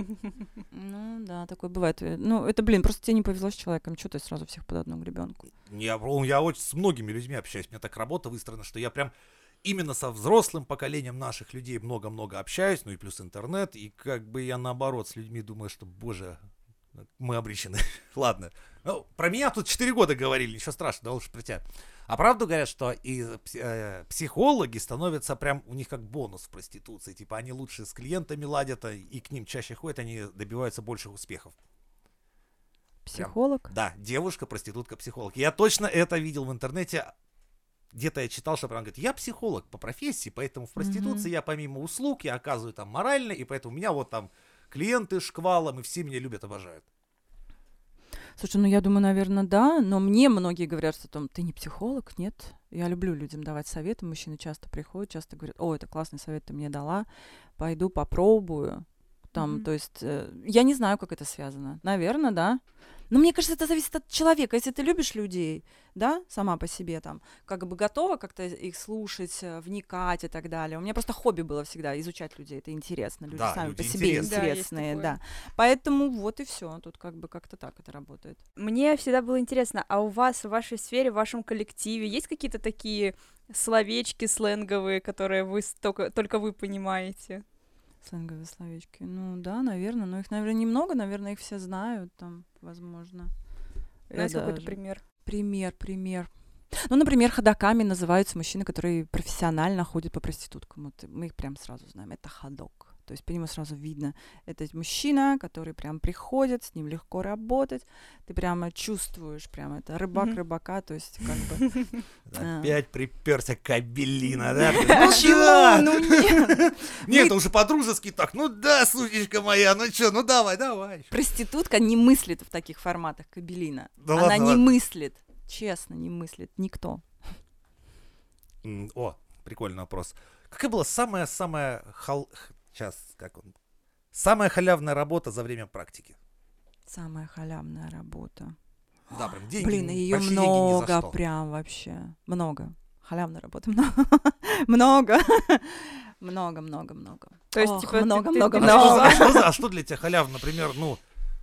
Speaker 2: Ну да, такое бывает. Ну это, просто тебе не повезло с человеком, что ты сразу всех под одну гребенку.
Speaker 1: Я очень с многими людьми общаюсь, у меня так работа выстроена, что я прям именно со взрослым поколением наших людей много-много общаюсь, ну и плюс интернет, и как бы я наоборот с людьми думаю, что, боже, мы обречены. Ладно. Ну, про меня тут 4 года говорили, ничего страшного, да лучше про тебя. А правду говорят, что и психологи становятся прям, у них как бонус в проституции. Типа они лучше с клиентами ладят, и к ним чаще ходят, они добиваются больших успехов.
Speaker 2: Психолог?
Speaker 1: Да, девушка, проститутка, психолог. Я точно это видел в интернете. Где-то я читал, что прям говорит, я психолог по профессии, поэтому в проституции я помимо услуг, я оказываю там морально, и поэтому у меня вот там клиенты шквалом, и все меня любят, обожают.
Speaker 2: Слушай, ну я думаю, наверное, да, но мне многие говорят, что там, ты не психолог, нет? Я люблю людям давать советы, мужчины часто приходят, часто говорят, о, это классный совет ты мне дала, пойду попробую. Там, то есть, я не знаю, как это связано. Наверное, да. Но мне кажется, это зависит от человека. Если ты любишь людей, да, сама по себе там, как бы готова как-то их слушать, вникать и так далее. У меня просто хобби было всегда изучать людей. Это интересно. Люди
Speaker 1: Да,
Speaker 2: сами
Speaker 1: люди
Speaker 2: по себе
Speaker 1: интересные.
Speaker 3: Да, есть
Speaker 2: интересные,
Speaker 3: такое.
Speaker 2: да. Поэтому вот и все. Тут как бы как-то так это работает.
Speaker 3: Мне всегда было интересно, а у вас в вашей сфере, в вашем коллективе есть какие-то такие словечки сленговые, которые вы только вы понимаете?
Speaker 2: Сленговые словечки. Ну да, наверное. Но их, наверное, немного. Наверное, их все знают там, возможно.
Speaker 3: Знаете какой-то
Speaker 2: даже-
Speaker 3: пример?
Speaker 2: Пример. Ну, например, ходоками называются мужчины, которые профессионально ходят по проституткам. Вот мы их прям сразу знаем. Это ходок. То есть по нему сразу видно. Это мужчина, который прям приходит, с ним легко работать. Ты прямо чувствуешь, прямо это рыбак рыбака. То есть как бы...
Speaker 1: Опять приперся кабелина, да?
Speaker 2: Ну чего? Ну нет.
Speaker 1: Нет, это уже по-дружески так. Ну да, сучечка моя, ну чё, ну давай.
Speaker 2: Проститутка не мыслит в таких форматах кабелина.
Speaker 1: Да
Speaker 2: Она
Speaker 1: ладно,
Speaker 2: не
Speaker 1: ладно.
Speaker 2: мыслит. Честно, не мыслит никто.
Speaker 1: О, прикольный вопрос. Какая была самая самая халявная работа за время практики?
Speaker 2: Самая халявная работа.
Speaker 1: Да, прям деньги.
Speaker 2: Блин, ее
Speaker 1: большие деньги ни за
Speaker 2: много
Speaker 1: что.
Speaker 2: прям вообще. Много. Халявной работы много. Много. Много.
Speaker 3: То есть,
Speaker 2: Ох,
Speaker 3: типа,
Speaker 2: много.
Speaker 1: А что для тебя халявно, например, ну,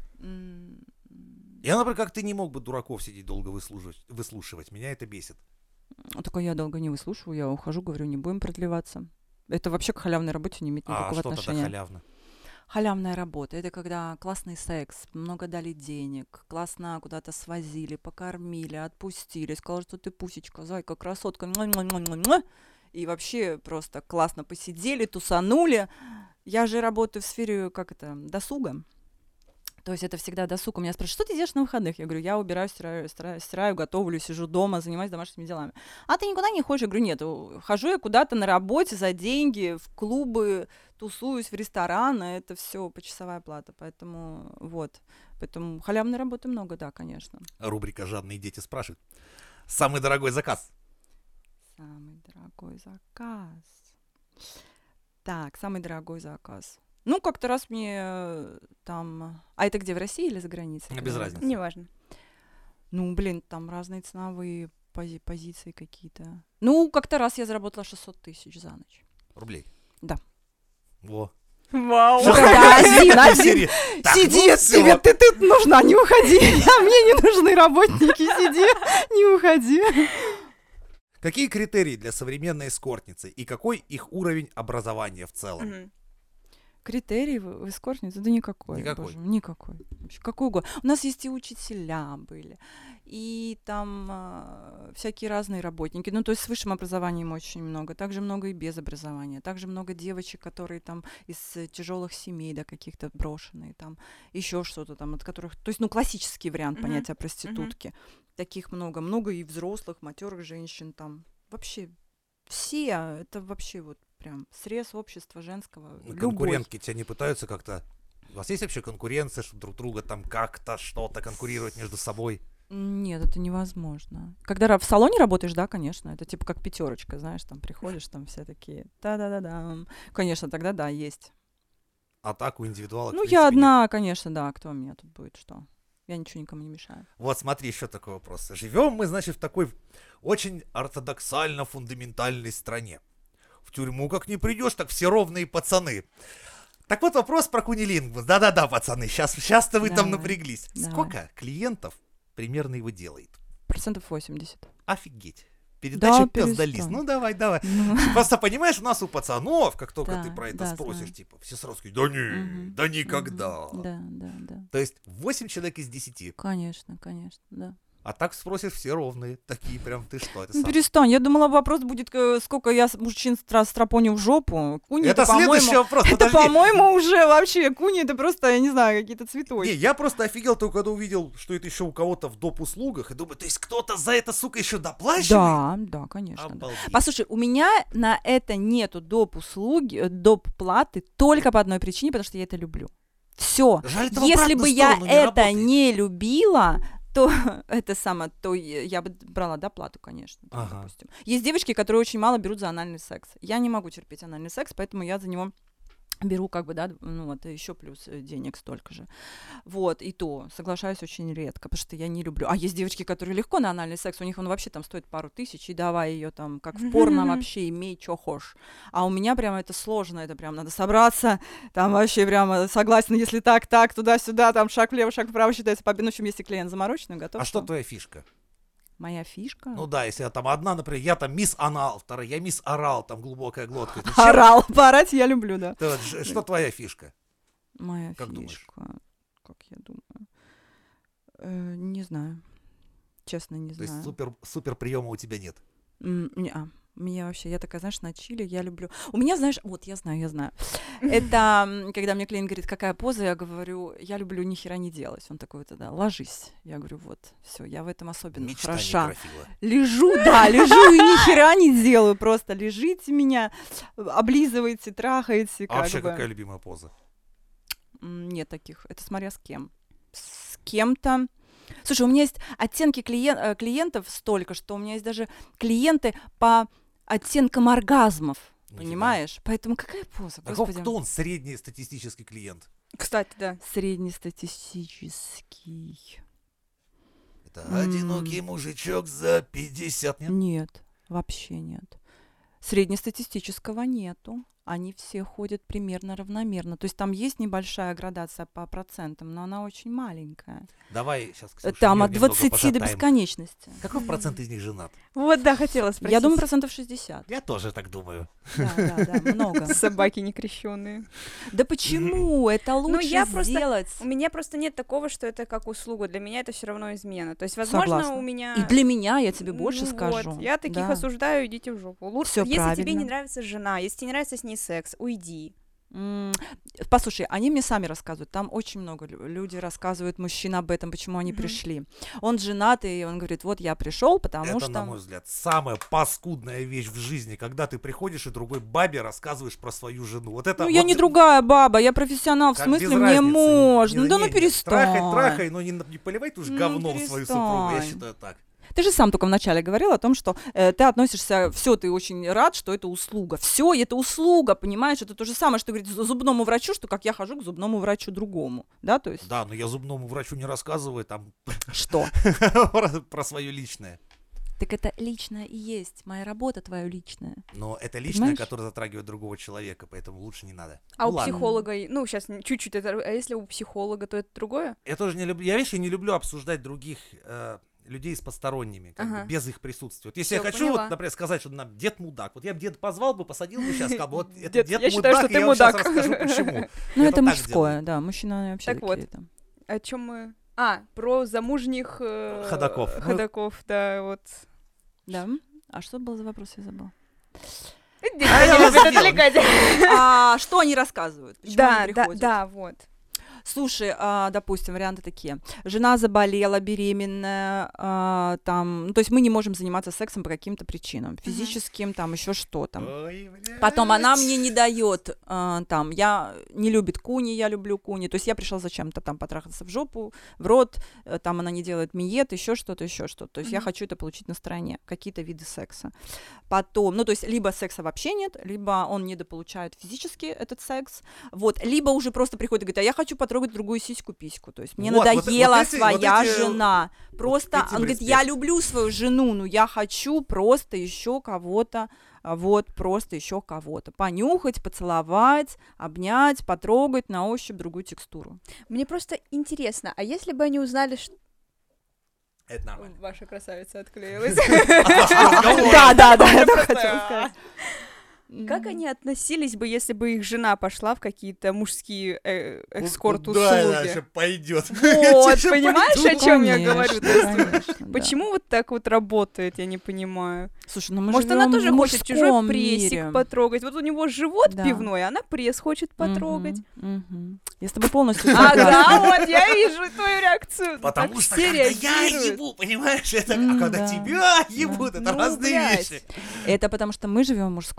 Speaker 1: я, например, как ты не мог бы дураков сидеть долго выслушивать. Меня это бесит.
Speaker 2: Только я долго не выслушиваю, я ухожу, говорю, не будем продлеваться. Это вообще к халявной работе не имеет
Speaker 1: А
Speaker 2: никакого
Speaker 1: что тогда
Speaker 2: отношения.
Speaker 1: халявно?
Speaker 2: Халявная работа — это когда классный секс, много дали денег, классно куда-то свозили, покормили, отпустили, сказали, что ты пусечка, зайка, красотка, муа-муа-муа-муа. И вообще просто классно посидели, тусанули. Я же работаю в сфере, досуга. То есть это всегда досуг. У меня спрашивают, что ты делаешь на выходных? Я говорю, я убираю, стираю, готовлю, сижу дома, занимаюсь домашними делами. А ты никуда не ходишь? Я говорю, нет, хожу я куда-то на работе за деньги, в клубы, тусуюсь, в рестораны, это все почасовая плата. Поэтому вот. Поэтому халявной работы много, да, конечно.
Speaker 1: Рубрика «Жадные дети» спрашивают. Самый дорогой заказ?
Speaker 2: Самый дорогой заказ. Так, самый дорогой заказ. Ну, как-то раз мне там... А это где, в России или за границей?
Speaker 1: Без разницы.
Speaker 3: Неважно.
Speaker 2: Ну, блин, там разные ценовые позиции какие-то. Ну, как-то раз я заработала 600 тысяч за ночь.
Speaker 1: Рублей?
Speaker 2: Да.
Speaker 1: Во.
Speaker 3: Вау.
Speaker 2: Да, один.
Speaker 1: Серии. Так,
Speaker 2: Сиди,
Speaker 1: ну всё.
Speaker 2: тебе ты нужна, не уходи. Мне не нужны работники, сиди, не уходи.
Speaker 1: Какие критерии для современной эскортницы и какой их уровень образования в целом?
Speaker 3: Мгм.
Speaker 2: Критерий в эскортнице? Да никакой.
Speaker 1: Никакой.
Speaker 2: Боже, никакой. Вообще, какой угодно. У нас есть и учителя были, и там всякие разные работники. Ну, то есть с высшим образованием очень много. Также много и без образования. Также много девочек, которые там из тяжелых семей, да, каких-то брошенные, там еще что-то там, от которых... То есть, ну, классический вариант
Speaker 3: Мгм.
Speaker 2: понятия проститутки. Таких много. Много и взрослых, матерых женщин там. Вообще все. Это вообще вот прям срез общества женского. Любой.
Speaker 1: Конкурентки тебя не пытаются как-то... У вас есть вообще конкуренция, чтобы друг друга там как-то что-то конкурировать между собой?
Speaker 2: Нет, это невозможно. Когда в салоне работаешь, да, конечно, это типа как пятерочка, знаешь, там приходишь, там все такие, да-да-да-да. Конечно, тогда да, есть.
Speaker 1: А так у индивидуалок, в
Speaker 2: Ну,
Speaker 1: принципе,
Speaker 2: я
Speaker 1: нет.
Speaker 2: одна, конечно, да, кто меня тут будет, что? Я ничего никому не мешаю.
Speaker 1: Вот смотри, еще такой вопрос. Живем мы, значит, в такой очень ортодоксально-фундаментальной стране. В тюрьму как не придешь, так все ровные пацаны. Так вот вопрос про кунилингвус. Да-да-да, пацаны, сейчас-то вы там
Speaker 2: Давай,
Speaker 1: напряглись.
Speaker 2: давай.
Speaker 1: Сколько клиентов примерно его делает?
Speaker 2: 80%.
Speaker 1: Офигеть.
Speaker 2: Да,
Speaker 1: Передача пес
Speaker 2: перестань.
Speaker 1: да лис. Ну давай.
Speaker 2: Ну,
Speaker 1: Просто понимаешь, у нас у пацанов, как только
Speaker 2: Да,
Speaker 1: ты про это
Speaker 2: да,
Speaker 1: спросишь,
Speaker 2: знаю.
Speaker 1: типа, все сразу говорят, да не,
Speaker 2: Мгм,
Speaker 1: да никогда.
Speaker 2: Да.
Speaker 1: То есть 8 человек из 10.
Speaker 2: Конечно, да.
Speaker 1: А так спросишь, все ровные. Такие прям, ты что, это
Speaker 2: Ну,
Speaker 1: сам?
Speaker 2: перестань, я думала, вопрос будет, сколько я мужчин стропоню в жопу. Куни,
Speaker 1: Это следующий
Speaker 2: по-моему,
Speaker 1: вопрос,
Speaker 2: это,
Speaker 1: подожди.
Speaker 2: по-моему, уже вообще, куни, это просто, я не знаю, какие-то цветочки.
Speaker 1: Не, я просто офигел только когда увидел, что это еще у кого-то в доп. Услугах, и думаю, то есть кто-то за это, сука, еще доплачивает?
Speaker 2: Да, конечно. Да.
Speaker 1: Обалдеть.
Speaker 2: Послушай, у меня на это нету доп. Услуги, доп. Платы только по одной причине, потому что я это люблю. Все.
Speaker 1: Жаль, это в
Speaker 2: Если
Speaker 1: обратную
Speaker 2: бы я
Speaker 1: сторону не
Speaker 2: это
Speaker 1: работает.
Speaker 2: не любила, то это самое, то я бы брала доплату, конечно. там,
Speaker 1: Ага.
Speaker 2: допустим. Есть девочки, которые очень мало берут за анальный секс. Я не могу терпеть анальный секс, поэтому я за него беру как бы, да, ну вот, еще плюс денег столько же. Вот, и то соглашаюсь очень редко, потому что я не люблю. А есть девочки, которые легко на анальный секс, у них он вообще там стоит пару тысяч, и давай ее там, как в порно вообще, имей, чё хошь. А у меня прямо это сложно, это прям надо собраться, там вообще прямо согласен, если так, туда-сюда, там шаг влево, шаг вправо считается победой. Ну, в общем, если клиент замороченный, готов.
Speaker 1: А что твоя фишка?
Speaker 2: Моя фишка?
Speaker 1: Ну да, если я там одна, например, я там мисс анал, вторая, я мисс орал, там глубокая глотка. Это чем-
Speaker 2: Орал, поорать я люблю, да.
Speaker 1: Ты вот что твоя фишка?
Speaker 2: Моя
Speaker 1: Как думаешь?
Speaker 2: фишка, как я думаю, не знаю, честно, не
Speaker 1: То есть
Speaker 2: знаю.
Speaker 1: супер приема у тебя нет.
Speaker 2: Меня вообще, я такая, знаешь, на чили, я люблю. У меня, знаешь, вот, я знаю. Это когда мне клиент говорит, какая поза, я говорю, я люблю ни хера не делать. Он такой, вот, да, ложись. Я говорю, вот, все, я в этом особенно
Speaker 1: Мечта
Speaker 2: хороша.
Speaker 1: некрофила.
Speaker 2: Лежу и ни хера не делаю, просто лежите меня, облизываете, трахаете,
Speaker 1: А
Speaker 2: как
Speaker 1: вообще
Speaker 2: бы.
Speaker 1: какая любимая поза?
Speaker 2: Нет таких, это смотря с кем. С кем-то. Слушай, у меня есть оттенки клиентов столько, что у меня есть даже клиенты по оттенкам оргазмов,
Speaker 1: Нифига.
Speaker 2: понимаешь? Поэтому какая поза, господи?
Speaker 1: Кто он средний статистический клиент?
Speaker 3: Кстати, да.
Speaker 2: Среднестатистический.
Speaker 1: Это одинокий мужичок за 50, нет?
Speaker 2: Нет, вообще нет. Среднестатистического нету. Они все ходят примерно равномерно. То есть там есть небольшая градация по процентам, но она очень маленькая.
Speaker 1: Давай сейчас, Ксюша,
Speaker 2: Там
Speaker 1: мир
Speaker 2: от
Speaker 1: немного
Speaker 2: 20 до
Speaker 1: пошатаем.
Speaker 2: бесконечности.
Speaker 1: Какой процент из них женат?
Speaker 3: Вот, да, хотела спросить.
Speaker 2: Я думаю, 60%.
Speaker 1: Я тоже так думаю.
Speaker 2: Да, много.
Speaker 3: Собаки некрещенные.
Speaker 2: Да почему? Это лучше
Speaker 3: я просто-
Speaker 2: сделать.
Speaker 3: У меня просто нет такого, что это как услуга. Для меня это все равно измена. То есть, возможно,
Speaker 2: Согласна.
Speaker 3: у меня...
Speaker 2: И для меня, я тебе больше
Speaker 3: Ну
Speaker 2: скажу.
Speaker 3: вот, я таких
Speaker 2: Да.
Speaker 3: осуждаю, идите в жопу. Лучше,
Speaker 2: Всё
Speaker 3: если тебе
Speaker 2: правильно.
Speaker 3: не нравится жена, если тебе не нравится с ней секс, уйди.
Speaker 2: Послушай, они мне сами рассказывают. Там очень много люди рассказывают мужчин об этом, почему они
Speaker 3: Мгм.
Speaker 2: пришли. Он женатый, и он говорит, вот я пришел, потому
Speaker 1: Это,
Speaker 2: что...
Speaker 1: на мой взгляд, самая паскудная вещь в жизни, когда ты приходишь и другой бабе рассказываешь про свою жену. Вот это
Speaker 2: Ну, я
Speaker 1: вот
Speaker 2: не другая баба, я профессионал, в
Speaker 1: как
Speaker 2: смысле,
Speaker 1: без
Speaker 2: мне
Speaker 1: разницы.
Speaker 2: можно. Да ну
Speaker 1: Не,
Speaker 2: перестань.
Speaker 1: трахай, но не поливай ты уж
Speaker 2: Ну,
Speaker 1: говном свою супругу, я
Speaker 2: перестань.
Speaker 1: считаю так.
Speaker 2: Ты же сам только вначале говорил о том, что ты относишься, все, ты очень рад, что это услуга. Все, это услуга, понимаешь? Это то же самое, что говорить зубному врачу, что как я хожу к зубному врачу другому, да, то есть
Speaker 1: Да, но я зубному врачу не рассказываю там
Speaker 2: что?
Speaker 1: про свое личное.
Speaker 2: Так это личное и есть, моя работа твоя личная.
Speaker 1: Но это личное,
Speaker 2: Понимаешь?
Speaker 1: которое затрагивает другого человека, поэтому лучше не надо.
Speaker 3: А
Speaker 1: Ну
Speaker 3: у
Speaker 1: ладно.
Speaker 3: психолога, ну, сейчас чуть-чуть, это, а если у психолога, то это другое?
Speaker 1: Я тоже не люблю, я, видишь, я не люблю обсуждать других людей с посторонними, как бы,
Speaker 3: Ага.
Speaker 1: без их присутствия. Вот если
Speaker 3: Всё,
Speaker 1: я хочу,
Speaker 3: поняла.
Speaker 1: вот, например, сказать, что нам дед мудак, вот я бы деда позвал бы, посадил бы сейчас, сказал бы, вот это
Speaker 3: Дед,
Speaker 1: дед
Speaker 3: я
Speaker 1: мудак,
Speaker 3: считаю, что
Speaker 1: и
Speaker 3: ты
Speaker 1: я вам сейчас
Speaker 3: мудак.
Speaker 1: расскажу, почему.
Speaker 2: Ну,
Speaker 1: Я
Speaker 2: это
Speaker 1: так
Speaker 2: мужское,
Speaker 1: делаю.
Speaker 2: да, мужчины они вообще
Speaker 3: Так вот.
Speaker 2: такие там.
Speaker 3: О чем мы... А, про замужних...
Speaker 1: Ходоков.
Speaker 3: Ходоков, да, вот.
Speaker 2: Да? А что был за вопрос, я забыла.
Speaker 1: я вас сделал.
Speaker 3: Отвлекать.
Speaker 2: А что они рассказывают? Почему
Speaker 3: Да,
Speaker 2: они
Speaker 3: да,
Speaker 2: приходят?
Speaker 3: да, вот.
Speaker 2: Слушай, допустим, варианты такие. Жена заболела, беременная, там, ну, то есть мы не можем заниматься сексом по каким-то причинам, физическим, там, еще что-то.
Speaker 1: Ой, блядь.
Speaker 2: Потом она мне не дает, там, я не любит куни, я люблю куни. То есть я пришла зачем-то там потрахаться в жопу, в рот, там она не делает миньет, еще что-то, еще что-то. То есть я
Speaker 3: Мгм.
Speaker 2: хочу это получить на стороне, какие-то виды секса. Потом, ну, то есть либо секса вообще нет, либо он недополучает физически этот секс, вот, либо уже просто приходит и говорит, а я хочу потрогать другую сиську-письку. То есть мне
Speaker 1: Вот
Speaker 2: надоела
Speaker 1: вот эти-
Speaker 2: своя
Speaker 1: вот эти-
Speaker 2: жена. Просто,
Speaker 1: этим
Speaker 2: он говорит,
Speaker 1: респект.
Speaker 2: я люблю свою жену, но я хочу просто еще кого-то, вот, просто еще кого-то. Понюхать, поцеловать, обнять, потрогать, на ощупь другую текстуру.
Speaker 3: Мне просто интересно, а если бы они узнали, что...
Speaker 1: Это нормально.
Speaker 3: Ваша красавица отклеилась.
Speaker 2: Да, я только хотела сказать.
Speaker 3: Как они относились бы, если бы их жена пошла в какие-то мужские
Speaker 1: Куда
Speaker 3: экскорт-услуги?
Speaker 1: дальше пойдет?
Speaker 3: Вот, понимаешь, о чем я
Speaker 2: Конечно,
Speaker 3: говорю? То есть,
Speaker 2: конечно, да.
Speaker 3: почему вот так вот работает, я не понимаю.
Speaker 2: Слушай, ну мы
Speaker 3: Может, она
Speaker 2: живем
Speaker 3: тоже
Speaker 2: в
Speaker 3: хочет чужой
Speaker 2: мужском
Speaker 3: прессик
Speaker 2: мире.
Speaker 3: потрогать. Вот у него живот
Speaker 2: Да.
Speaker 3: пивной, она пресс хочет потрогать.
Speaker 2: Мгм. Я с тобой полностью согласна.
Speaker 3: Ага, вот я вижу твою реакцию.
Speaker 1: Потому
Speaker 3: Так
Speaker 1: что
Speaker 3: все
Speaker 1: когда я
Speaker 3: реагируют.
Speaker 1: ебу, понимаешь, это, а
Speaker 2: М,
Speaker 1: когда
Speaker 2: да.
Speaker 1: тебя ебут, это
Speaker 3: Ну,
Speaker 1: разные
Speaker 3: блядь.
Speaker 1: вещи.
Speaker 2: Это потому что мы живем в мужском мире.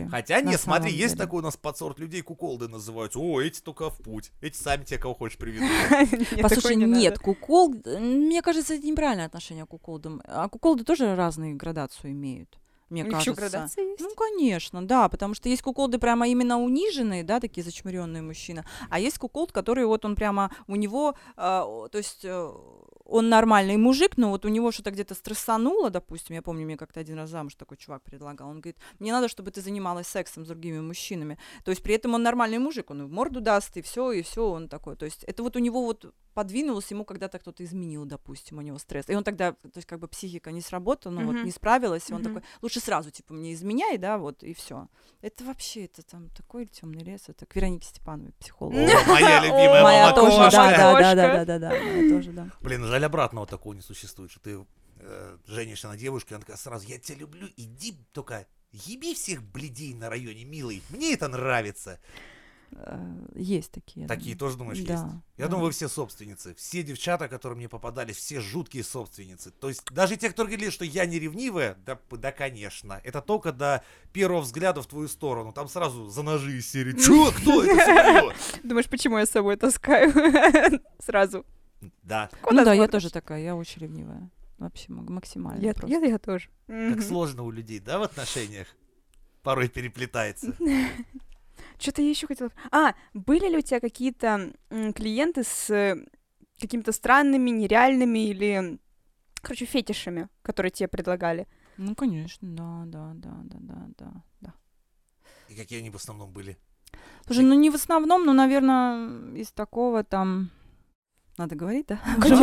Speaker 1: Хотя
Speaker 2: на
Speaker 1: нет, смотри,
Speaker 2: самом
Speaker 1: есть
Speaker 2: деле.
Speaker 1: такой у нас подсорт людей, куколды называются. О, эти только в путь. Эти сами тебе кого хочешь приведут.
Speaker 2: Послушай, нет, кукол, мне кажется, это неправильное отношение к куколдам. А куколды тоже разные градацию имеют. Мне
Speaker 3: У них ещё
Speaker 2: кажется.
Speaker 3: градация есть?
Speaker 2: Ну, конечно, да, потому что есть куколды прямо именно униженные, да, такие зачмыренные мужчины, а есть куколд, который вот он прямо, у него, то есть он нормальный мужик, но вот у него что-то где-то стрессануло, допустим, я помню, мне как-то один раз замуж такой чувак предлагал, он говорит, мне надо, чтобы ты занималась сексом с другими мужчинами, то есть при этом он нормальный мужик, он и в морду даст, и все, он такой, то есть это вот у него вот подвинулось, ему когда-то кто-то изменил, допустим, у него стресс, и он тогда, то есть как бы психика не сработала, ну вот не справилась, и он такой, лучше сразу, типа, мне изменяй, да, вот, и все. Это вообще, это там такой темный лес, это к Веронике Степановой, психологу.
Speaker 1: О, моя любимая
Speaker 2: Моя
Speaker 1: мама
Speaker 2: тоже,
Speaker 1: кошка.
Speaker 2: да, моя тоже, да.
Speaker 1: Блин, жаль, обратного такого не существует, что ты женишься на девушке, она такая сразу, я тебя люблю, иди только еби всех блядей на районе, милый, мне это нравится.
Speaker 2: Есть такие.
Speaker 1: Такие тоже, думаешь,
Speaker 2: да,
Speaker 1: есть? Я думаю, вы все собственницы. Все девчата, которые мне попадались, все жуткие собственницы. То есть даже те, которые говорили, что я не ревнивая, да, конечно. Это только до первого взгляда в твою сторону. Там сразу за ножи из серии. Чё? Кто? Это всё моё.
Speaker 3: Думаешь, почему я с собой таскаю? Сразу.
Speaker 1: Да.
Speaker 2: Ну да, я тоже такая, я очень ревнивая. Вообще максимально.
Speaker 3: Я тоже.
Speaker 1: Как сложно у людей, да, в отношениях? Порой переплетается.
Speaker 3: Что-то я еще хотела... были ли у тебя какие-то клиенты с какими-то странными, нереальными или, короче, фетишами, которые тебе предлагали?
Speaker 2: Ну, конечно, да.
Speaker 1: И какие они в основном были?
Speaker 2: Слушай, ну не в основном, но, наверное, из такого там... Надо говорить, да?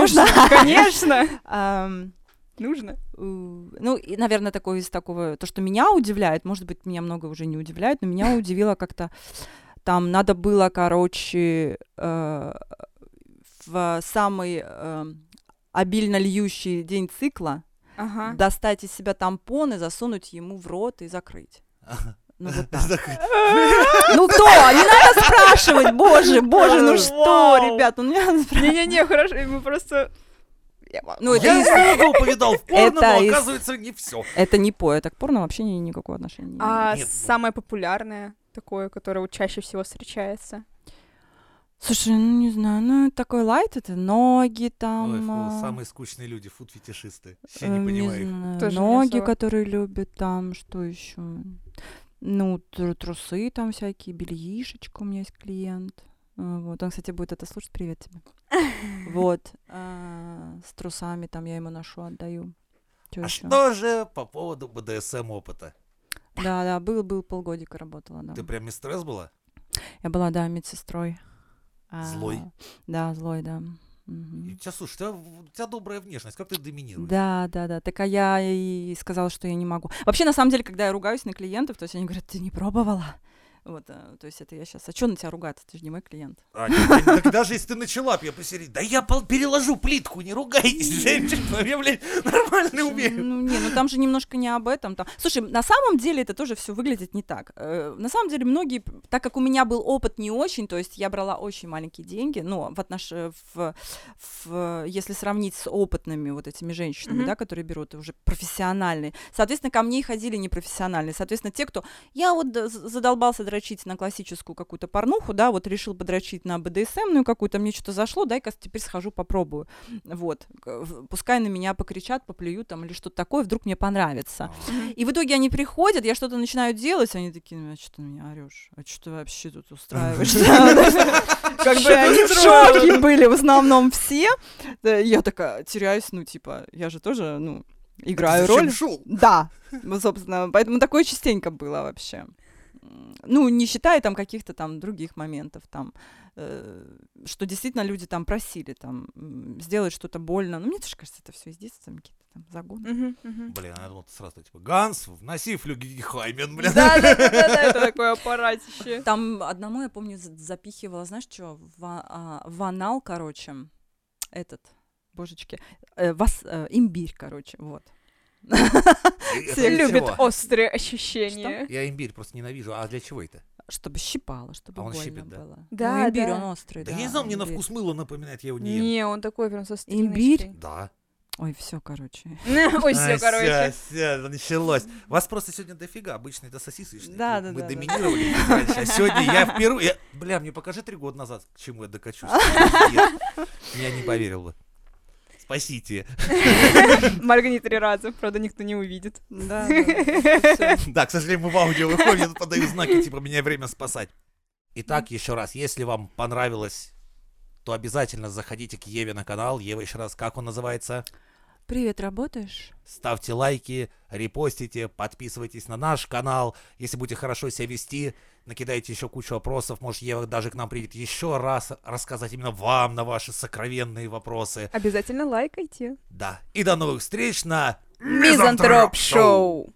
Speaker 3: Конечно! Нужно.
Speaker 2: Ну, и, наверное, такое из такого, то, что меня удивляет, может быть, меня много уже не удивляет, но меня удивило как-то, там надо было, короче, в самый обильно льющий день цикла достать из себя тампон и засунуть ему в рот и закрыть. Ну, вот так. Ну, кто? Не надо спрашивать, боже, ну что, ребят, ну не надо спрашивать.
Speaker 3: Не-не-не, хорошо, мы просто...
Speaker 2: Ну,
Speaker 1: Я много повидал в порно, но
Speaker 2: это
Speaker 1: оказывается не все.
Speaker 2: Это не это к порно вообще никакого отношения не имеет.
Speaker 3: А
Speaker 1: Нет,
Speaker 3: самое популярное такое, которое вот чаще всего встречается?
Speaker 2: Слушай, ну не знаю, ну такой лайт, это ноги
Speaker 1: Ой,
Speaker 2: там.
Speaker 1: фу, самые скучные люди, фуд-фетишисты. Вообще не понимаю их.
Speaker 2: знаю,
Speaker 3: Тоже не
Speaker 2: ноги,
Speaker 3: особо.
Speaker 2: которые любят там, что еще? Ну, трусы там всякие, бельишечка, у меня есть клиент. Вот, он, кстати, будет это слушать, привет тебе. Вот, с трусами там я ему ношу, отдаю. Чё
Speaker 1: А
Speaker 2: ещё?
Speaker 1: что же по поводу БДСМ опыта?
Speaker 2: Да, был полгодика работала, да.
Speaker 1: Ты прям мистресс была?
Speaker 2: Я была, да, медсестрой.
Speaker 1: Злой?
Speaker 2: Да, злой, да. Мгм.
Speaker 1: И тебя, слушай, у тебя добрая внешность, как ты доминируешь?
Speaker 2: Да. Так а я и сказала, что я не могу. Вообще, на самом деле, когда я ругаюсь на клиентов, то есть они говорят, ты не пробовала? Вот, то есть это я сейчас... А что на тебя ругаться? Ты же не мой клиент.
Speaker 1: Так даже если ты начала, я посередине, да я переложу плитку, не ругайтесь, женщина, я, блядь, нормально умею.
Speaker 2: Ну, там же немножко не об этом. Там. Слушай, на самом деле это тоже все выглядит не так. На самом деле многие, так как у меня был опыт не очень, то есть я брала очень маленькие деньги, ну, если сравнить с опытными вот этими женщинами, да, которые берут уже профессиональные. Соответственно, ко мне и ходили непрофессиональные. Соответственно, те, кто... Я вот задолбался дрочить на классическую какую-то порнуху, да, вот решил подрочить на БДСМную какую-то, мне что-то зашло, дай-ка теперь схожу попробую. Вот. Пускай на меня покричат, поплюют там или что-то такое, вдруг мне понравится. И в итоге они приходят, я что-то начинаю делать, они такие, а что ты на меня орешь? А что ты вообще тут устраиваешь? Как бы они в шоке были в основном все. Я такая теряюсь, ну, типа, я же тоже, ну, играю роль. Да, собственно, поэтому такое частенько было вообще. Ну, не считая там каких-то там других моментов, там, что действительно люди там просили там сделать что-то больно. Ну, мне тоже кажется, это все из детства, там какие-то там загоны.
Speaker 1: Блин, я думал, ты сразу типа, Ганс, вноси флюгельхаймен, блин.
Speaker 3: Да, это такое аппаратище.
Speaker 2: Там одному, я помню, запихивала, знаешь, что, в анал, короче, божечки, имбирь, короче, вот.
Speaker 3: Все любят острые ощущения.
Speaker 1: Я имбирь просто ненавижу. А для чего это?
Speaker 2: Чтобы щипало, чтобы
Speaker 1: он
Speaker 2: больно
Speaker 1: щипит, да?
Speaker 2: было.
Speaker 3: Да,
Speaker 2: Ну, имбирь,
Speaker 3: да.
Speaker 2: он острый,
Speaker 1: Да
Speaker 2: да.
Speaker 1: я не знаю, мне на
Speaker 2: имбирь.
Speaker 1: вкус мыло напоминает, я его не ем.
Speaker 3: Не, он такой прям со стриночкой.
Speaker 2: Имбирь?
Speaker 1: Да.
Speaker 2: Ой, все, короче.
Speaker 3: Ой, все, короче.
Speaker 1: Всё, началось. Вас просто сегодня дофига. Обычно это сосисочные.
Speaker 2: Да,
Speaker 1: Мы
Speaker 2: да.
Speaker 1: доминировали раньше. А сегодня я впервые... Бля, мне покажи 3 года назад, к чему я докачусь. Я не поверил бы. Спасите.
Speaker 3: Моргни 3 раза, правда, никто не увидит.
Speaker 2: Да, всё.
Speaker 1: Да, к сожалению, мы в аудио выходим, я тут подаю знаки, типа, меня время спасать. Итак, еще раз, если вам понравилось, то обязательно заходите к Еве на канал. Ева, еще раз, как он называется?
Speaker 2: Привет, работаешь?
Speaker 1: Ставьте лайки, репостите, подписывайтесь на наш канал. Если будете хорошо себя вести, накидайте еще кучу вопросов. Может, Ева даже к нам придет еще раз рассказать именно вам на ваши сокровенные вопросы.
Speaker 3: Обязательно лайкайте.
Speaker 1: Да. И до новых встреч на
Speaker 3: Мизантроп Шоу!